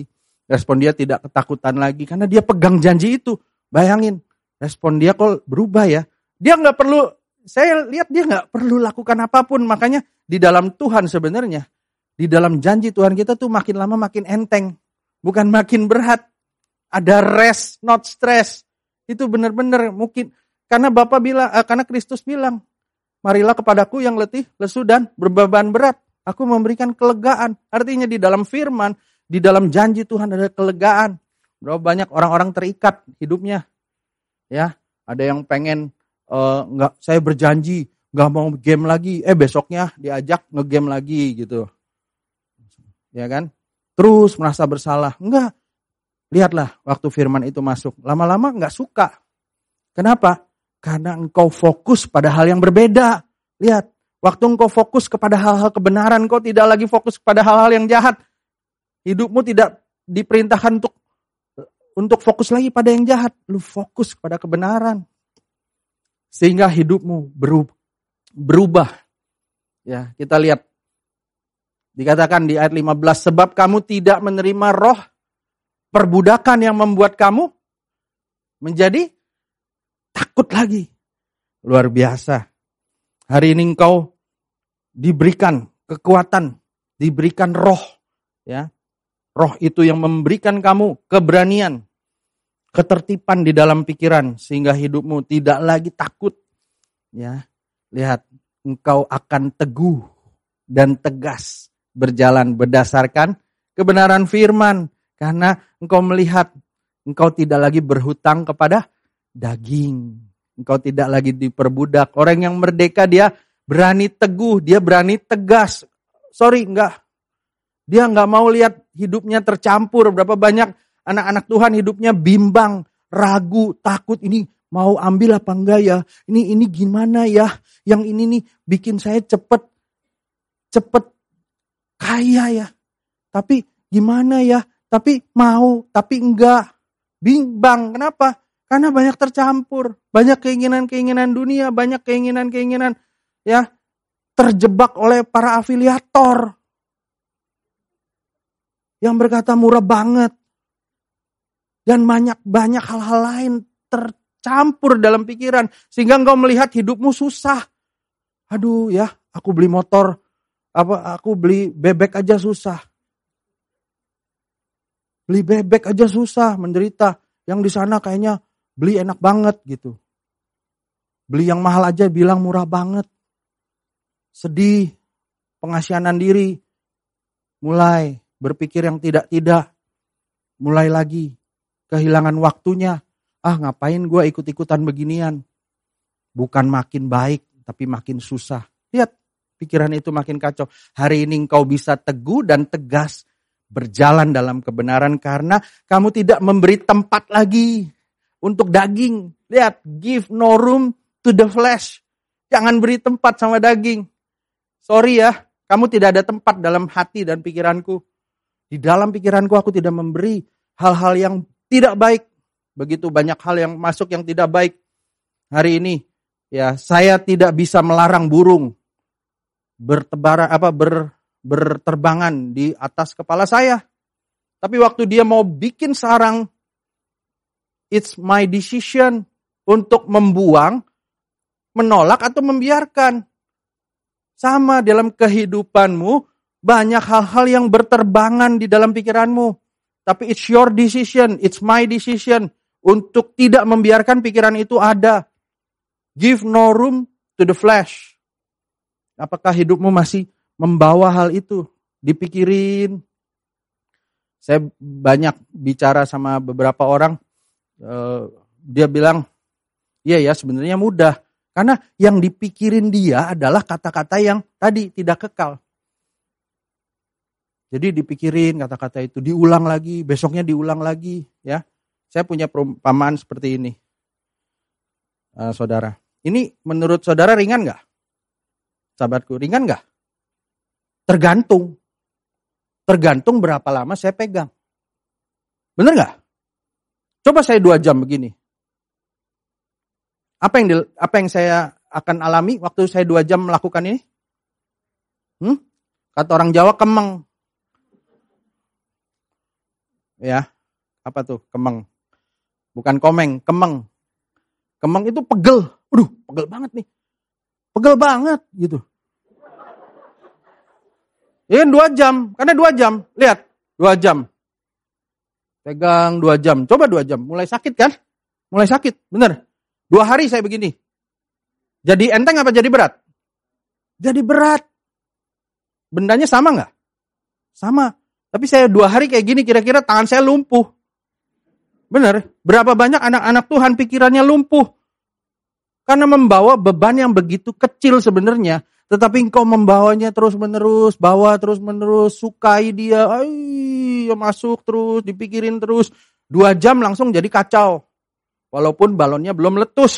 Respon dia tidak ketakutan lagi karena dia pegang janji itu. Bayangin, respon dia kok berubah ya. Dia nggak perlu, saya lihat dia nggak perlu lakukan apapun. Makanya di dalam Tuhan sebenarnya, di dalam janji Tuhan kita tuh makin lama makin enteng. Bukan makin berat. Ada rest, not stress. Itu benar-benar mungkin. Karena Bapak bilang, karena Kristus bilang, marilah kepadaku yang letih, lesu dan berbeban berat. Aku memberikan kelegaan. Artinya di dalam firman, di dalam janji Tuhan ada kelegaan. Berapa banyak orang-orang terikat hidupnya. Ya, ada yang pengen saya berjanji nggak mau game lagi. Besoknya diajak ngegame lagi gitu. Ya kan? Terus merasa bersalah. Enggak. Lihatlah waktu firman itu masuk. Lama-lama nggak suka. Kenapa? Karena engkau fokus pada hal yang berbeda. Lihat, waktu engkau fokus kepada hal-hal kebenaran, engkau tidak lagi fokus kepada hal-hal yang jahat. Hidupmu tidak diperintahkan untuk fokus lagi pada yang jahat. Lu fokus pada kebenaran. Sehingga hidupmu berubah. Ya, kita lihat. Dikatakan di ayat 15, sebab kamu tidak menerima roh perbudakan yang membuat kamu menjadi takut lagi. Luar biasa. Hari ini engkau diberikan kekuatan, diberikan roh. Ya, roh itu yang memberikan kamu keberanian, ketertiban di dalam pikiran sehingga hidupmu tidak lagi takut. Ya, lihat, engkau akan teguh dan tegas berjalan berdasarkan kebenaran firman karena engkau melihat engkau tidak lagi berhutang kepada daging. Engkau tidak lagi diperbudak. Orang yang merdeka dia berani teguh, dia berani tegas. Dia enggak mau lihat hidupnya tercampur. Berapa banyak anak-anak Tuhan hidupnya bimbang, ragu, takut. Ini mau ambil apa enggak ya? Ini gimana ya? Yang ini nih bikin saya cepet kaya ya. Tapi gimana ya? Tapi mau, tapi enggak. Bimbang. Kenapa? Karena banyak tercampur. Banyak keinginan-keinginan dunia. Banyak keinginan-keinginan ya terjebak oleh para afiliator. Yang berkata murah banget. Dan banyak hal-hal lain tercampur dalam pikiran. Sehingga engkau melihat hidupmu susah. Aduh ya, aku beli motor. Aku beli bebek aja susah. Beli bebek aja susah, menderita. Yang di sana kayaknya beli enak banget gitu. Beli yang mahal aja bilang murah banget. Sedih, pengasihanan diri. Mulai berpikir yang tidak-tidak. Mulai lagi kehilangan waktunya. Ngapain gue ikut-ikutan beginian. Bukan makin baik, tapi makin susah. Lihat, pikiran itu makin kacau. Hari ini engkau bisa teguh dan tegas berjalan dalam kebenaran karena kamu tidak memberi tempat lagi untuk daging. Lihat, give no room to the flesh. Jangan beri tempat sama daging. Sorry ya, kamu tidak ada tempat dalam hati dan pikiranku. Di dalam pikiranku aku tidak memberi hal-hal yang tidak baik. Begitu banyak hal yang masuk yang tidak baik. Hari ini ya saya tidak bisa melarang burung berterbangan di atas kepala saya. Tapi waktu dia mau bikin sarang, it's my decision untuk membuang, menolak atau membiarkan. Sama dalam kehidupanmu, banyak hal-hal yang berterbangan di dalam pikiranmu. Tapi it's your decision, it's my decision untuk tidak membiarkan pikiran itu ada. Give no room to the flesh. Apakah hidupmu masih membawa hal itu? Dipikirin. Saya banyak bicara sama beberapa orang. Dia bilang, iya ya sebenarnya mudah. Karena yang dipikirin dia adalah kata-kata yang tadi tidak kekal. Jadi dipikirin kata-kata itu, diulang lagi, besoknya diulang lagi. Ya, saya punya perumpamaan seperti ini. Saudara, ini menurut saudara ringan nggak? Sahabatku, ringan gak? Tergantung berapa lama saya pegang. Bener gak? Coba saya 2 jam begini. Apa yang saya akan alami waktu saya 2 jam melakukan ini? Kata orang Jawa, kemeng. Ya, apa tuh? Kemeng. Bukan komeng, kemeng. Kemeng itu pegel. Aduh, pegel banget nih. Pegel banget gitu. Ya 2 jam, karena 2 jam. Lihat, 2 jam. Pegang 2 jam. Coba 2 jam. Mulai sakit kan? Mulai sakit, bener. 2 hari saya begini. Jadi enteng apa jadi berat? Jadi berat. Bendanya sama nggak? Sama. Tapi saya 2 hari kayak gini, kira-kira tangan saya lumpuh. Bener. Berapa banyak anak-anak Tuhan pikirannya lumpuh. Karena membawa beban yang begitu kecil sebenarnya. Tetapi engkau membawanya terus-menerus. Bawa terus-menerus. Sukai dia. Masuk terus. Dipikirin terus. 2 jam langsung jadi kacau. Walaupun balonnya belum meletus.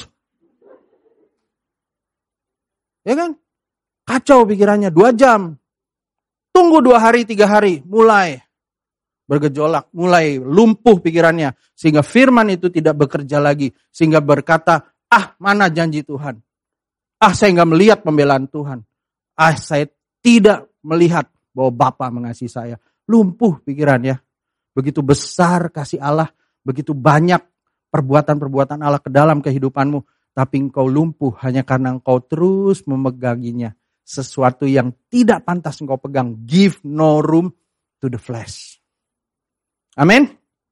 Ya kan? Kacau pikirannya. 2 jam. Tunggu 2 hari, 3 hari. Mulai bergejolak. Mulai lumpuh pikirannya. Sehingga firman itu tidak bekerja lagi. Sehingga berkata, mana janji Tuhan. Saya nggak melihat pembelaan Tuhan. Saya tidak melihat bahwa Bapa mengasihi saya. Lumpuh pikirannya. Begitu besar kasih Allah. Begitu banyak perbuatan-perbuatan Allah ke dalam kehidupanmu. Tapi engkau lumpuh hanya karena engkau terus memeganginya. Sesuatu yang tidak pantas engkau pegang. Give no room to the flesh. Amin.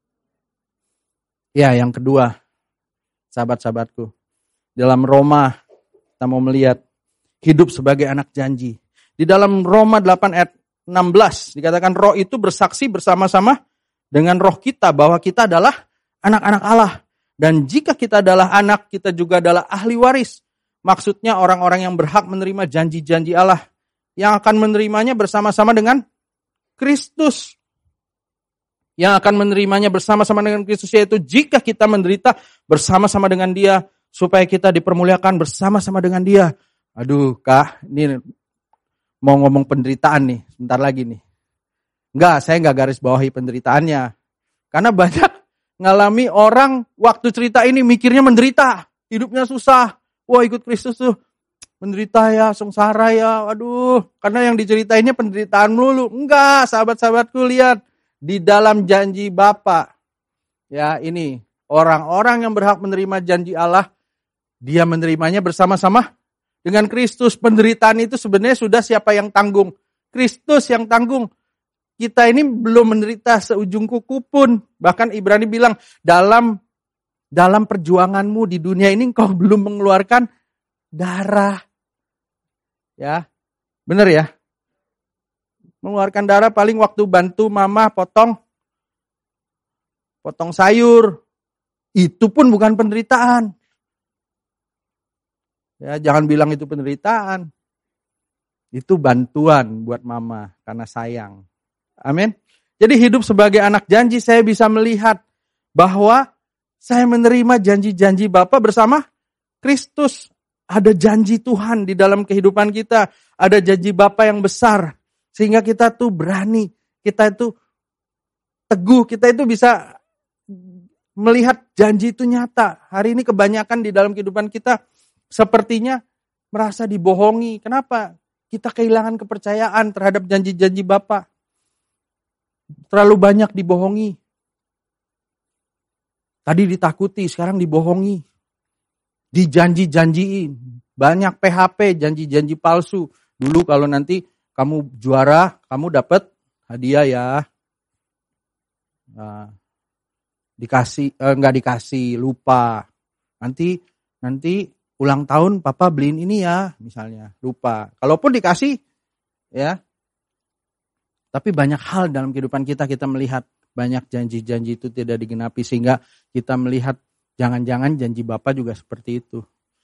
Ya, yang kedua. Sahabat-sahabatku. Dalam Roma, kita mau melihat hidup sebagai anak janji. Di dalam Roma 8 ayat 16, dikatakan roh itu bersaksi bersama-sama dengan roh kita bahwa kita adalah anak-anak Allah. Dan jika kita adalah anak, kita juga adalah ahli waris. Maksudnya orang-orang yang berhak menerima janji-janji Allah. Yang akan menerimanya bersama-sama dengan Kristus. Yang akan menerimanya bersama-sama dengan Kristus, yaitu jika kita menderita bersama-sama dengan Dia, supaya kita dipermuliakan bersama-sama dengan Dia. Aduh, Kak, ini mau ngomong penderitaan nih, sebentar lagi nih. Saya enggak garis bawahi penderitaannya. Karena banyak ngalami orang waktu cerita ini mikirnya menderita, hidupnya susah. Wah, ikut Kristus tuh menderita ya, sengsara ya. Aduh, karena yang diceritainnya penderitaan melulu. Enggak, sahabat-sahabatku, lihat di dalam janji Bapa. Ya, ini orang-orang yang berhak menerima janji Allah, dia menerimanya bersama-sama dengan Kristus. Penderitaan itu sebenarnya sudah siapa yang tanggung? Kristus yang tanggung. Kita ini belum menderita seujung kuku pun. Bahkan Ibrani bilang, dalam perjuanganmu di dunia ini engkau belum mengeluarkan darah. Ya, benar ya? Mengeluarkan darah paling waktu bantu mama potong sayur. Itu pun bukan penderitaan. Ya, jangan bilang itu penderitaan. Itu bantuan buat mama karena sayang. Amin. Jadi hidup sebagai anak janji, saya bisa melihat bahwa saya menerima janji-janji Bapa bersama Kristus. Ada janji Tuhan di dalam kehidupan kita. Ada janji Bapa yang besar. Sehingga kita tuh berani. Kita itu teguh. Kita itu bisa melihat janji itu nyata. Hari ini kebanyakan di dalam kehidupan kita sepertinya merasa dibohongi. Kenapa? Kita kehilangan kepercayaan terhadap janji-janji Bapa. Terlalu banyak dibohongi. Tadi ditakuti, sekarang dibohongi. Dijanji-janjiin. Banyak PHP, janji-janji palsu. Dulu kalau nanti kamu juara, kamu dapat hadiah ya. Nah, enggak dikasih, lupa. Nanti ulang tahun papa beliin ini ya, misalnya, lupa. Kalaupun dikasih, ya. Tapi banyak hal dalam kehidupan kita melihat banyak janji-janji itu tidak digenapi, sehingga kita melihat jangan-jangan janji Bapa juga seperti itu.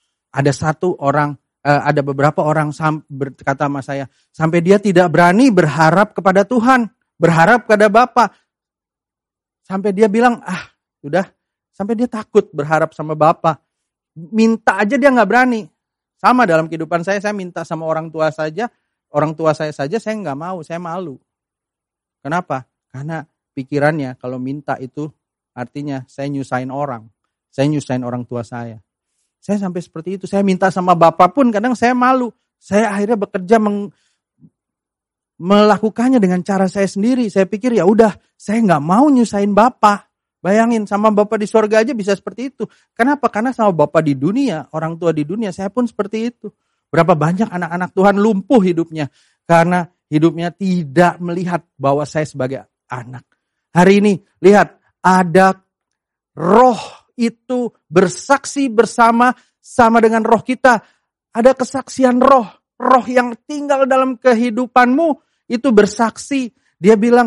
Ada beberapa orang berkata sama saya, sampai dia tidak berani berharap kepada Tuhan, berharap kepada Bapa. Sampai dia bilang, sudah, sampai dia takut berharap sama Bapa. Minta aja dia nggak berani. Sama dalam kehidupan saya minta sama orang tua saya saja saya nggak mau, saya malu. Kenapa? Karena pikirannya kalau minta itu artinya saya nyusahin orang orang tua saya. Saya sampai seperti itu, saya minta sama Bapak pun kadang saya malu. Saya akhirnya bekerja melakukannya dengan cara saya sendiri. Saya pikir ya udah, saya nggak mau nyusahin Bapak. Bayangin sama Bapak di surga aja bisa seperti itu. Kenapa? Karena sama Bapak di dunia, orang tua di dunia, saya pun seperti itu. Berapa banyak anak-anak Tuhan lumpuh hidupnya karena hidupnya tidak melihat bahwa saya sebagai anak. Hari ini lihat, ada roh itu bersaksi bersama sama dengan roh kita. Ada kesaksian roh yang tinggal dalam kehidupanmu itu bersaksi. Dia bilang,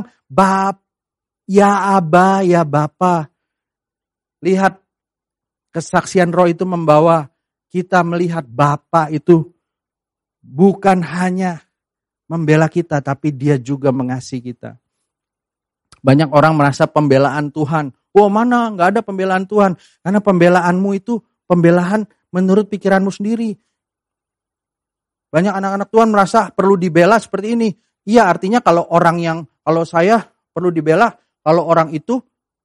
ya Aba, ya Bapa. Lihat, kesaksian roh itu membawa kita melihat Bapa itu bukan hanya membela kita, tapi dia juga mengasihi kita. Banyak orang merasa pembelaan Tuhan. Oh mana, gak ada pembelaan Tuhan. Karena pembelaanmu itu pembelaan menurut pikiranmu sendiri. Banyak anak-anak Tuhan merasa perlu dibela seperti ini. Iya, artinya kalau saya perlu dibela, kalau orang itu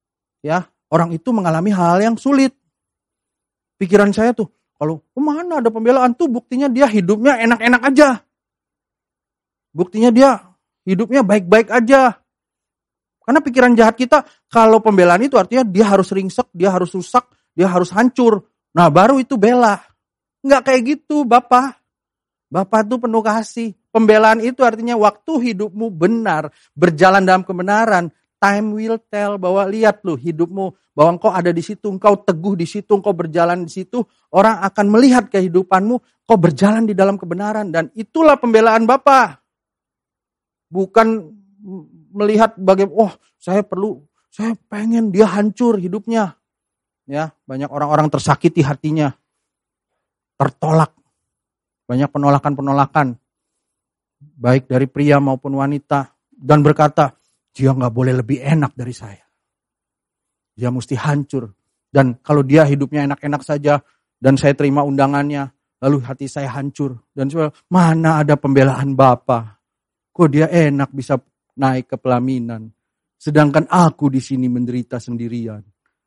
mengalami hal yang sulit. Pikiran saya tuh, kalau mana ada pembelaan tuh, buktinya dia hidupnya enak-enak aja. Buktinya dia hidupnya baik-baik aja. Karena pikiran jahat kita, kalau pembelaan itu artinya dia harus ringsek, dia harus rusak, dia harus hancur. Nah baru itu bela. Enggak kayak gitu Bapak. Bapak itu penuh kasih. Pembelaan itu artinya waktu hidupmu benar, berjalan dalam kebenaran, time will tell bahwa lihat lu hidupmu, bahwa engkau ada di situ, engkau teguh di situ, engkau berjalan di situ, orang akan melihat kehidupanmu, kau berjalan di dalam kebenaran, dan itulah pembelaan Bapak. Bukan melihat bagaimana, saya pengen dia hancur hidupnya. Ya, banyak orang-orang tersakiti hatinya, tertolak. Banyak penolakan-penolakan, baik dari pria maupun wanita, dan berkata, dia gak boleh lebih enak dari saya. Dia mesti hancur. Dan kalau dia hidupnya enak-enak saja, dan saya terima undangannya, lalu hati saya hancur. Dan saya, mana ada pembelaan Bapa? Kok dia enak bisa naik ke pelaminan, sedangkan aku di sini menderita sendirian.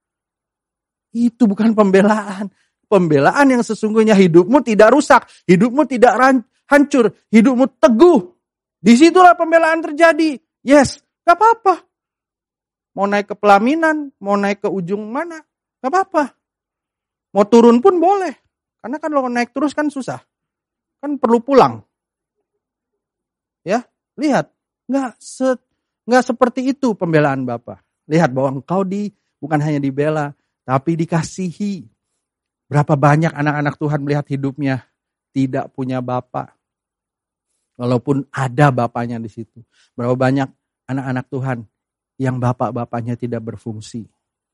Itu bukan pembelaan. Pembelaan yang sesungguhnya hidupmu tidak rusak, hidupmu tidak hancur, hidupmu teguh. Disitulah pembelaan terjadi. Yes, gak apa-apa. Mau naik ke pelaminan, mau naik ke ujung mana, gak apa-apa. Mau turun pun boleh. Karena kan kalau naik terus kan susah. Kan perlu pulang. Ya, lihat. Gak seperti itu pembelaan Bapa. Lihat bahwa engkau bukan hanya dibela, tapi dikasihi. Berapa banyak anak-anak Tuhan melihat hidupnya tidak punya Bapa. Walaupun ada Bapanya di situ. Berapa banyak anak-anak Tuhan yang bapak-bapaknya tidak berfungsi.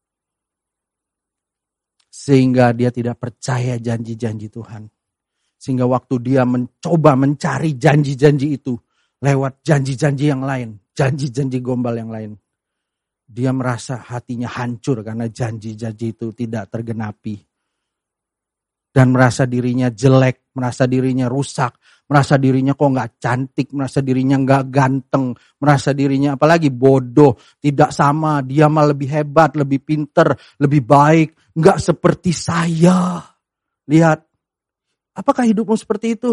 Sehingga dia tidak percaya janji-janji Tuhan. Sehingga waktu dia mencoba mencari janji-janji itu lewat janji-janji yang lain, janji-janji gombal yang lain, dia merasa hatinya hancur karena janji-janji itu tidak tergenapi. Dan merasa dirinya jelek, merasa dirinya rusak, merasa dirinya kok gak cantik, merasa dirinya gak ganteng, merasa dirinya apalagi bodoh, tidak sama, dia mah lebih hebat, lebih pinter, lebih baik, gak seperti saya. Lihat, apakah hidupmu seperti itu?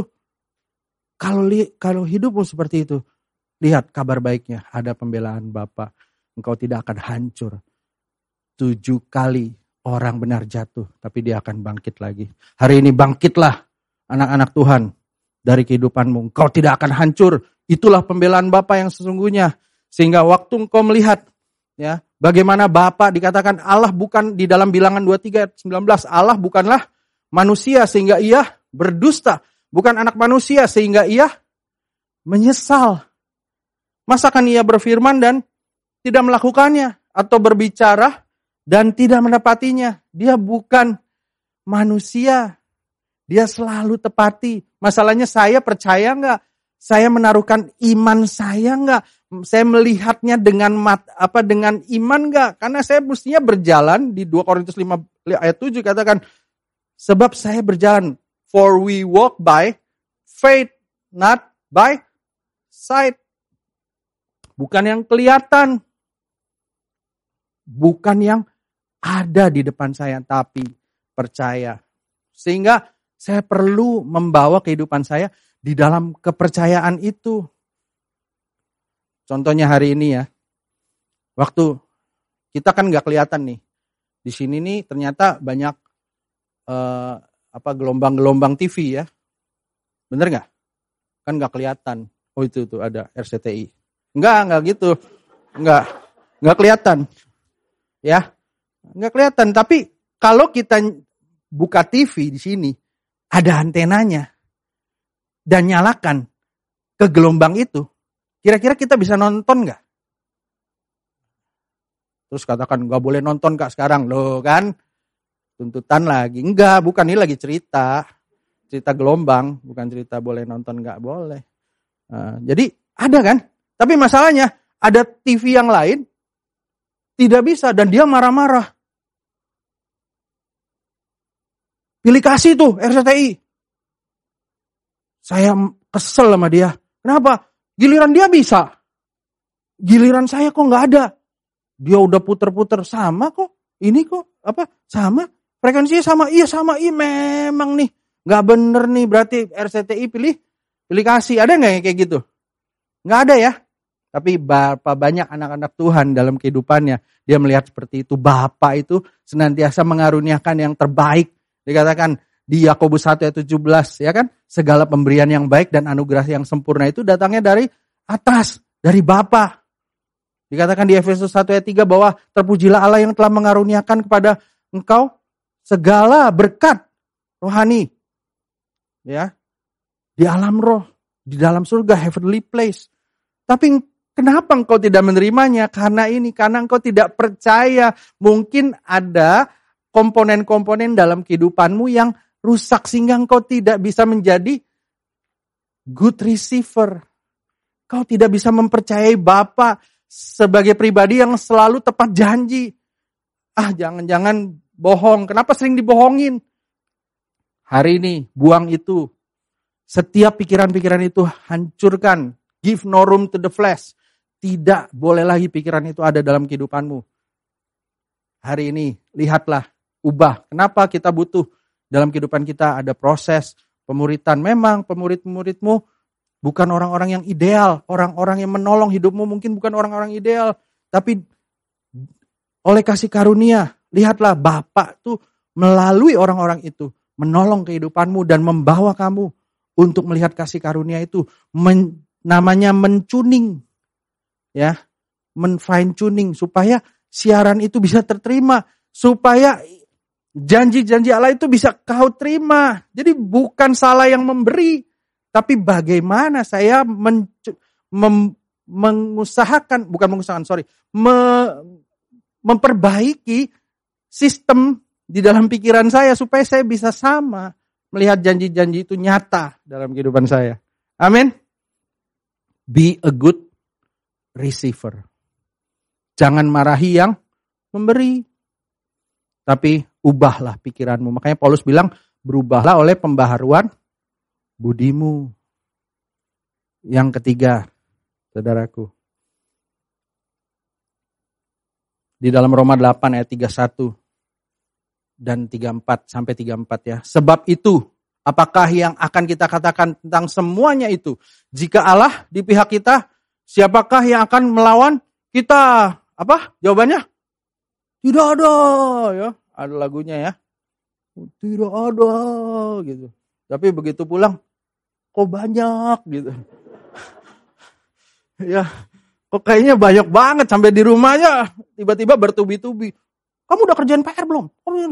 Kalau hidupmu seperti itu, lihat kabar baiknya, ada pembelaan Bapa, engkau tidak akan hancur. 7 kali orang benar jatuh, tapi dia akan bangkit lagi. Hari ini bangkitlah anak-anak Tuhan dari kehidupanmu. Engkau tidak akan hancur. Itulah pembelaan Bapa yang sesungguhnya. Sehingga waktu engkau melihat ya bagaimana Bapa dikatakan Allah bukan di dalam Bilangan 23 ayat 19. Allah bukanlah manusia sehingga ia berdusta. Bukan anak manusia sehingga ia menyesal. Masakan ia berfirman dan tidak melakukannya, atau berbicara dan tidak menepatinya. Dia bukan manusia. Dia selalu tepati. Masalahnya saya percaya enggak? Saya menaruhkan iman saya enggak? Saya melihatnya dengan dengan iman enggak? Karena saya mestinya berjalan di 2 Korintus 5 ayat 7 katakan, sebab saya berjalan, for we walk by faith, not by sight. Bukan yang kelihatan. Bukan yang ada di depan saya, tapi percaya. Sehingga saya perlu membawa kehidupan saya di dalam kepercayaan itu. Contohnya hari ini ya. Waktu kita kan nggak kelihatan nih. Di sini nih ternyata banyak gelombang-gelombang TV ya. Bener nggak? Kan nggak kelihatan. Oh itu tuh ada RCTI. Enggak gitu. Enggak kelihatan. Ya. Enggak kelihatan, tapi kalau kita buka TV di sini ada antenanya dan nyalakan ke gelombang itu, kira-kira kita bisa nonton nggak? Terus katakan nggak boleh nonton Kak sekarang, loh kan? Tuntutan lagi. Enggak, bukan, ini lagi cerita gelombang, bukan cerita boleh nonton nggak boleh. Jadi ada kan? Tapi masalahnya ada TV yang lain tidak bisa dan dia marah-marah. Pilih kasih tuh RCTI. Saya kesel sama dia. Kenapa? Giliran dia bisa. Giliran saya kok nggak ada. Dia udah puter-puter sama kok. Ini kok sama. Frekuensinya sama. Iya sama. Iya memang nih. Nggak bener nih berarti RCTI pilih kasih. Ada nggak yang kayak gitu? Nggak ada ya. Tapi Bapak banyak anak-anak Tuhan dalam kehidupannya. Dia melihat seperti itu. Bapak itu senantiasa mengaruniakan yang terbaik. Dikatakan di Yakobus 1 ayat 17 ya kan, segala pemberian yang baik dan anugerah yang sempurna itu datangnya dari atas, dari Bapa. Dikatakan di Efesus 1 ayat 3 bahwa terpujilah Allah yang telah mengaruniakan kepada engkau segala berkat rohani. Ya. Di alam roh, di dalam surga, heavenly place. Tapi kenapa engkau tidak menerimanya? Karena engkau tidak percaya. Mungkin ada komponen-komponen dalam kehidupanmu yang rusak sehingga engkau tidak bisa menjadi good receiver. Kau tidak bisa mempercayai Bapa sebagai pribadi yang selalu tepat janji. Jangan-jangan bohong. Kenapa sering dibohongin? Hari ini buang itu. Setiap pikiran-pikiran itu hancurkan. Give no room to the flesh. Tidak boleh lagi pikiran itu ada dalam kehidupanmu. Hari ini lihatlah. Ubah. Kenapa kita butuh dalam kehidupan kita ada proses pemuritan. Memang pemurid-pemuridmu bukan orang-orang yang ideal. Orang-orang yang menolong hidupmu mungkin bukan orang-orang ideal. Tapi oleh kasih karunia, lihatlah Bapak tuh melalui orang-orang itu menolong kehidupanmu dan membawa kamu untuk melihat kasih karunia itu. Namanya mentuning. Ya, men-fine tuning supaya siaran itu bisa terterima. Supaya janji-janji Allah itu bisa kau terima. Jadi bukan salah yang memberi. Tapi bagaimana saya memperbaiki sistem di dalam pikiran saya supaya saya bisa sama melihat janji-janji itu nyata dalam kehidupan saya. Amin. Be a good receiver. Jangan marahi yang memberi. Tapi ubahlah pikiranmu. Makanya Paulus bilang, berubahlah oleh pembaharuan budimu. Yang ketiga, saudaraku. Di dalam Roma 8 ayat 31 dan 34 sampai 34 ya. Sebab itu, apakah yang akan kita katakan tentang semuanya itu? Jika Allah di pihak kita, siapakah yang akan melawan kita? Apa? Jawabannya? Tidak ada, ya. Ada lagunya ya. Tidak ada, gitu. Tapi begitu pulang, kok banyak, gitu. Ya, kok kayaknya banyak banget sampai di rumahnya tiba-tiba bertubi-tubi. Kamu udah kerjain PR belum?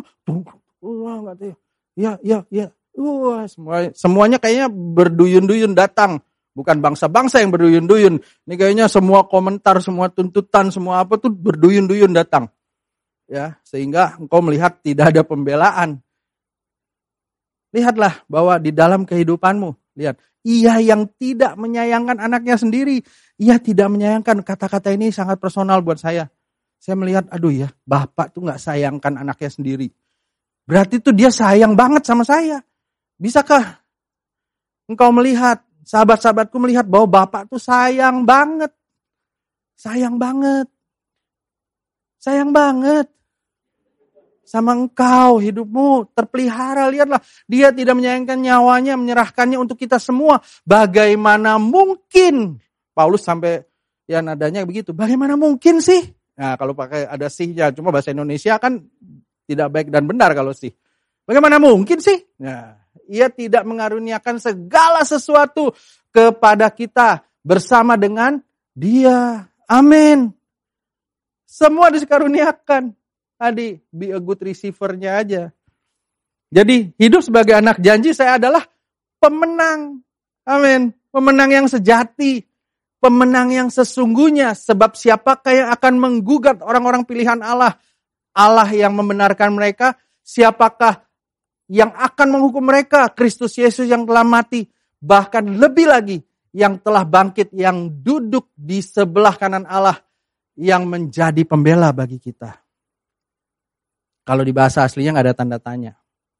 Ya. Semuanya kayaknya berduyun-duyun datang. Bukan bangsa-bangsa yang berduyun-duyun. Ini kayaknya semua komentar, semua tuntutan, semua apa tuh berduyun-duyun datang. Ya, sehingga engkau melihat tidak ada pembelaan. Lihatlah bahwa di dalam kehidupanmu, lihat, ia yang tidak menyayangkan anaknya sendiri, ia tidak menyayangkan. Kata-kata ini sangat personal buat saya. Saya melihat, aduh ya, Bapak tuh gak sayangkan anaknya sendiri. Berarti tuh dia sayang banget sama saya. Bisakah engkau melihat, sahabat-sahabatku melihat bahwa Bapak tuh sayang banget. Sayang banget. Sayang banget. Sama engkau, hidupmu terpelihara. Lihatlah, dia tidak menyayangkan nyawanya, menyerahkannya untuk kita semua. Bagaimana mungkin, Paulus sampai Ya nadanya begitu. Bagaimana mungkin sih? Nah kalau pakai ada sihnya, cuma bahasa Indonesia kan tidak baik dan benar kalau sih. Bagaimana mungkin sih? Nah, Ia tidak mengaruniakan segala sesuatu kepada kita bersama dengan Dia. Amin. Semua dikaruniakan. Tadi be a good receiver-nya aja. Jadi hidup sebagai anak janji saya adalah pemenang. Amin. Pemenang yang sejati. Pemenang yang sesungguhnya. Sebab siapakah yang akan menggugat orang-orang pilihan Allah? Allah yang membenarkan mereka. Siapakah yang akan menghukum mereka? Kristus Yesus yang telah mati. Bahkan lebih lagi yang telah bangkit, yang duduk di sebelah kanan Allah, yang menjadi pembela bagi kita. Kalau di bahasa aslinya nggak ada tanda tanya.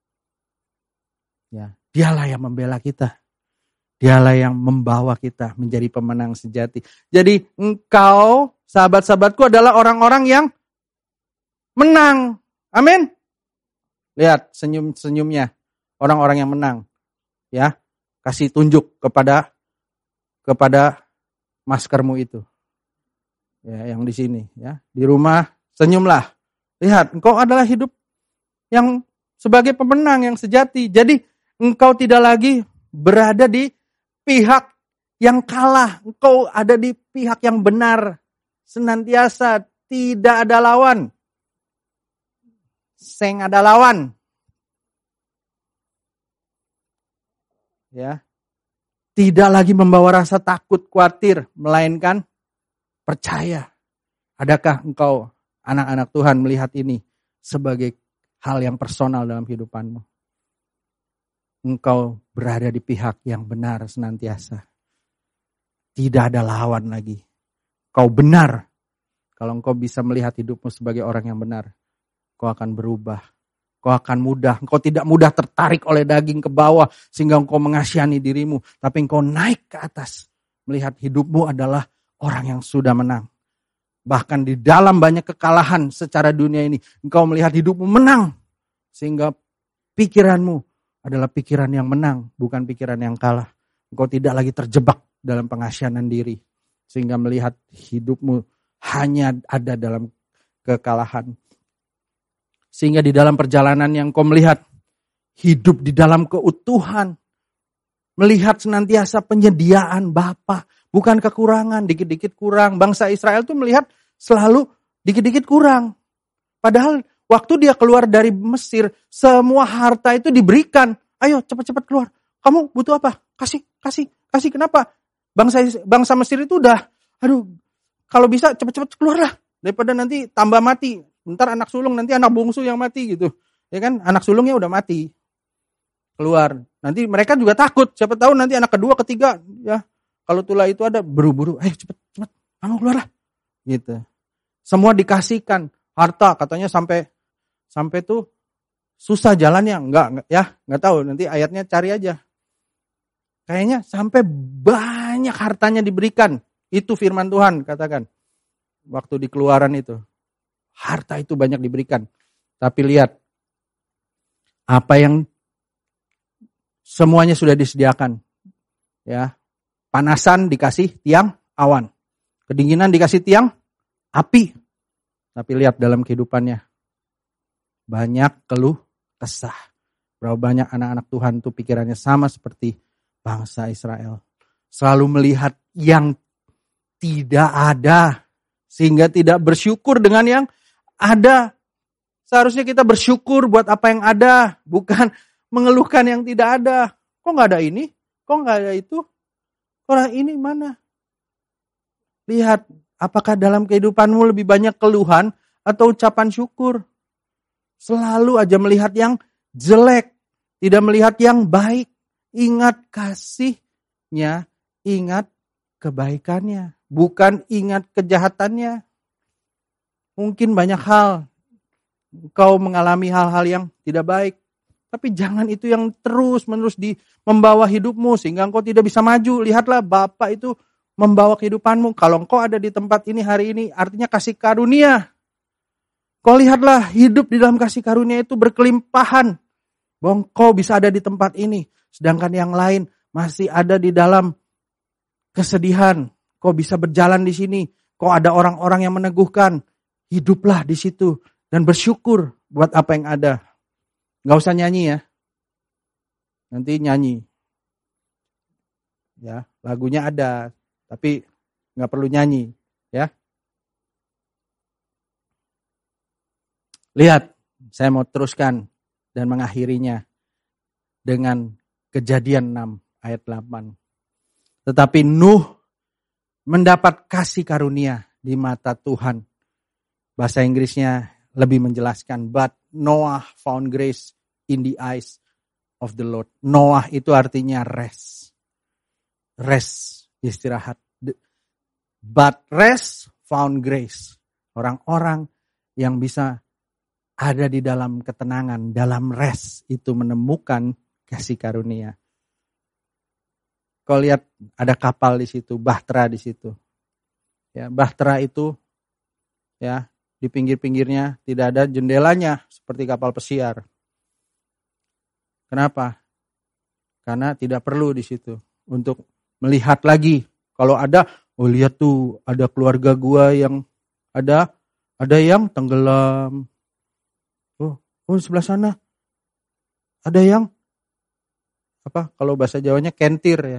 Ya, Dialah yang membela kita. Dialah yang membawa kita menjadi pemenang sejati. Jadi engkau, sahabat-sahabatku, adalah orang-orang yang menang. Amin. Lihat senyum-senyumnya orang-orang yang menang. Ya, kasih tunjuk kepada maskermu itu. Ya, yang di sini, ya. Di rumah senyumlah. Lihat, engkau adalah hidup yang sebagai pemenang yang sejati. Jadi engkau tidak lagi berada di pihak yang kalah. Engkau ada di pihak yang benar. Senantiasa tidak ada lawan. Seng ada lawan. Ya. Tidak lagi membawa rasa takut, khawatir, melainkan percaya. Adakah engkau, anak-anak Tuhan, melihat ini sebagai hal yang personal dalam kehidupanmu? Engkau berada di pihak yang benar senantiasa. Tidak ada lawan lagi. Kau benar. Kalau engkau bisa melihat hidupmu sebagai orang yang benar, kau akan berubah. Kau akan mudah. Engkau tidak mudah tertarik oleh daging ke bawah sehingga engkau mengasihani dirimu. Tapi engkau naik ke atas. Melihat hidupmu adalah orang yang sudah menang. Bahkan di dalam banyak kekalahan secara dunia ini, engkau melihat hidupmu menang. Sehingga pikiranmu adalah pikiran yang menang, bukan pikiran yang kalah. Engkau tidak lagi terjebak dalam pengasihanan diri. Sehingga melihat hidupmu hanya ada dalam kekalahan. Sehingga di dalam perjalanan yang kau melihat hidup di dalam keutuhan. Melihat senantiasa penyediaan Bapa, bukan kekurangan, dikit-dikit kurang. Bangsa Israel tuh melihat selalu dikit-dikit kurang. Padahal waktu dia keluar dari Mesir, semua harta itu diberikan. Ayo cepat-cepat keluar. Kamu butuh apa? Kasih. Kenapa? Bangsa Mesir itu udah, kalau bisa cepat-cepat keluarlah. Daripada nanti tambah mati. Bentar anak sulung, nanti anak bungsu yang mati gitu. Ya kan, anak sulungnya udah mati. Keluar. Nanti mereka juga takut. Siapa tahu nanti anak kedua, ketiga. Ya, kalau tulah itu ada, buru-buru. Ayo cepet. Kamu keluarlah. Gitu. Semua dikasihkan. Harta katanya sampai tuh susah jalannya. Enggak tahu. Nanti ayatnya cari aja. Kayaknya sampai banyak hartanya diberikan. Itu firman Tuhan katakan. Waktu di Keluaran itu. Harta itu banyak diberikan. Tapi lihat. Apa yang semuanya sudah disediakan. Ya. Panasan dikasih tiang awan. Kedinginan dikasih tiang api. Tapi lihat dalam kehidupannya. Banyak keluh kesah. Berapa banyak anak-anak Tuhan itu pikirannya sama seperti bangsa Israel. Selalu melihat yang tidak ada. Sehingga tidak bersyukur dengan yang ada. Seharusnya kita bersyukur buat apa yang ada. Bukan mengeluhkan yang tidak ada. Kok gak ada ini? Kok gak ada itu? Orang ini mana? Lihat, apakah dalam kehidupanmu lebih banyak keluhan atau ucapan syukur? Selalu aja melihat yang jelek. Tidak melihat yang baik. Ingat kasihnya. Ingat kebaikannya. Bukan ingat kejahatannya. Mungkin banyak hal. Kau mengalami hal-hal yang tidak baik. Tapi jangan itu yang terus-menerus membawa hidupmu. Sehingga engkau tidak bisa maju. Lihatlah Bapa itu membawa kehidupanmu. Kalau engkau ada di tempat ini hari ini. Artinya kasih karunia. Kau lihatlah hidup di dalam kasih karunia itu berkelimpahan. Bahwa engkau bisa ada di tempat ini. Sedangkan yang lain masih ada di dalam kesedihan. kau bisa berjalan di sini, kau ada orang-orang yang meneguhkan, hiduplah di situ dan bersyukur buat apa yang ada. Gak usah nyanyi ya, nanti nyanyi. Ya, lagunya ada, tapi gak perlu nyanyi. Ya, lihat, saya mau teruskan dan mengakhirinya dengan Kejadian 6 ayat 8. Tetapi Nuh mendapat kasih karunia di mata Tuhan. Bahasa Inggrisnya lebih menjelaskan, but Noah found grace in the eyes of the Lord. Noah itu artinya rest. Rest, istirahat. But rest found grace. Orang-orang yang bisa ada di dalam ketenangan, dalam rest itu menemukan kasih karunia. Kau lihat ada kapal di situ, bahtera di situ. Ya, bahtera itu ya di pinggir-pinggirnya tidak ada jendelanya seperti kapal pesiar. Kenapa? Karena tidak perlu di situ untuk melihat lagi. Kalau ada, oh lihat tuh ada keluarga gua yang ada yang tenggelam. Oh sebelah sana ada yang apa? Kalau bahasa Jawanya kentir ya.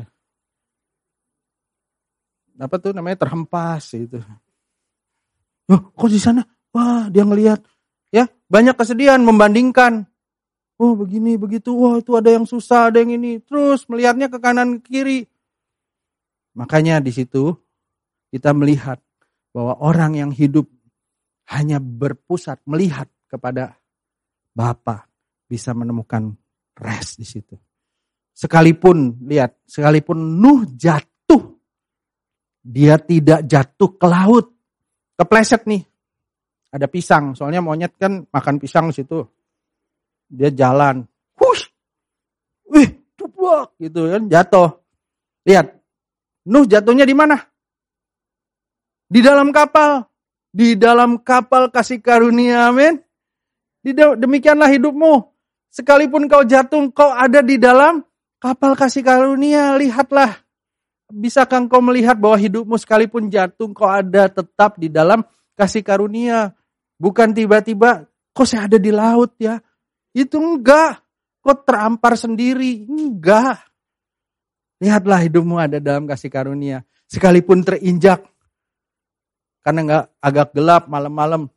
Apa tuh namanya, terhempas gitu. Oh, kok di sana? Wah, dia ngelihat. Ya, banyak kesedihan membandingkan. Oh, begini, begitu. Wah, itu ada yang susah, ada yang ini. Terus melihatnya ke kanan ke kiri. Makanya di situ kita melihat bahwa orang yang hidup hanya berpusat melihat kepada Bapa bisa menemukan rest di situ. Sekalipun Nuh jatuh, dia tidak jatuh ke laut, kepleset nih. Ada pisang, soalnya monyet kan makan pisang di situ. Dia jalan, tublak gitu kan, jatuh. Lihat, Nuh jatuhnya di mana? Di dalam kapal. Di dalam kapal kasih karunia, amin. Demikianlah hidupmu. Sekalipun kau jatuh, kau ada di dalam kapal kasih karunia. Lihatlah. Bisakah kau melihat bahwa hidupmu sekalipun jatuh, kau ada tetap di dalam kasih karunia. Bukan tiba-tiba, kok saya ada di laut ya. Itu enggak. Kau terampar sendiri. Enggak. Lihatlah hidupmu ada dalam kasih karunia. Sekalipun terinjak. Karena enggak agak gelap malam-malam.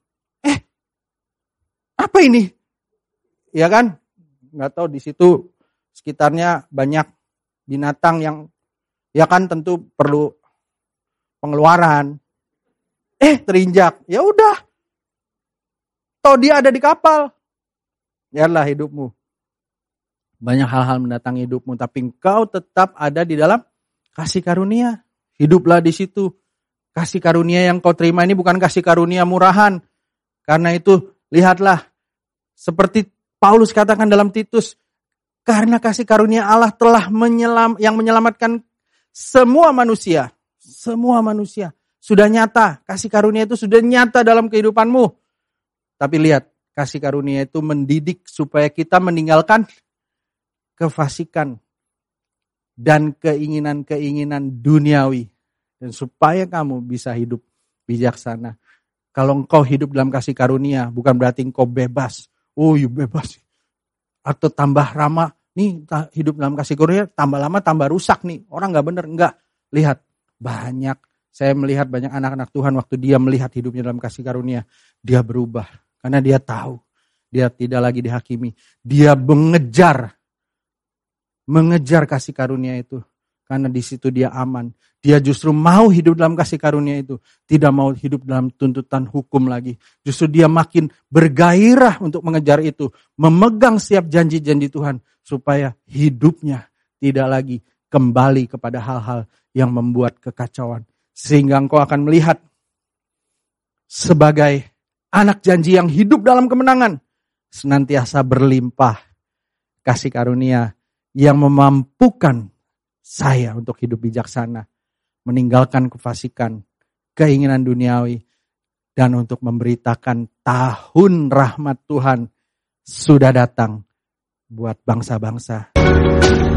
Apa ini? Ya kan? Enggak tahu di situ sekitarnya banyak binatang yang ya kan tentu perlu pengeluaran. Terinjak. Ya udah. Toh dia ada di kapal. Lihatlah hidupmu. Banyak hal-hal mendatangi hidupmu, tapi engkau tetap ada di dalam kasih karunia. Hiduplah di situ. Kasih karunia yang kau terima ini bukan kasih karunia murahan. Karena itu, lihatlah. Seperti Paulus katakan dalam Titus, karena kasih karunia Allah telah yang menyelamatkan semua manusia. Semua manusia. Sudah nyata. Kasih karunia itu sudah nyata dalam kehidupanmu. Tapi lihat, kasih karunia itu mendidik supaya kita meninggalkan kefasikan dan keinginan-keinginan duniawi. Dan supaya kamu bisa hidup bijaksana. Kalau engkau hidup dalam kasih karunia, bukan berarti engkau bebas. Oh, you bebas. Atau tambah ramah. Nih, hidup dalam kasih karunia, tambah lama tambah rusak nih. Orang gak bener, enggak. Lihat, saya melihat banyak anak-anak Tuhan waktu dia melihat hidupnya dalam kasih karunia. Dia berubah. Karena dia tahu. Dia tidak lagi dihakimi. Dia mengejar kasih karunia itu. Karena di situ dia aman. Dia justru mau hidup dalam kasih karunia itu. Tidak mau hidup dalam tuntutan hukum lagi. Justru dia makin bergairah untuk mengejar itu. Memegang setiap janji-janji Tuhan. Supaya hidupnya tidak lagi kembali kepada hal-hal yang membuat kekacauan. Sehingga engkau akan melihat sebagai anak janji yang hidup dalam kemenangan. Senantiasa berlimpah kasih karunia yang memampukan saya untuk hidup bijaksana. Meninggalkan kefasikan, keinginan duniawi, dan untuk memberitakan tahun rahmat Tuhan sudah datang buat bangsa-bangsa.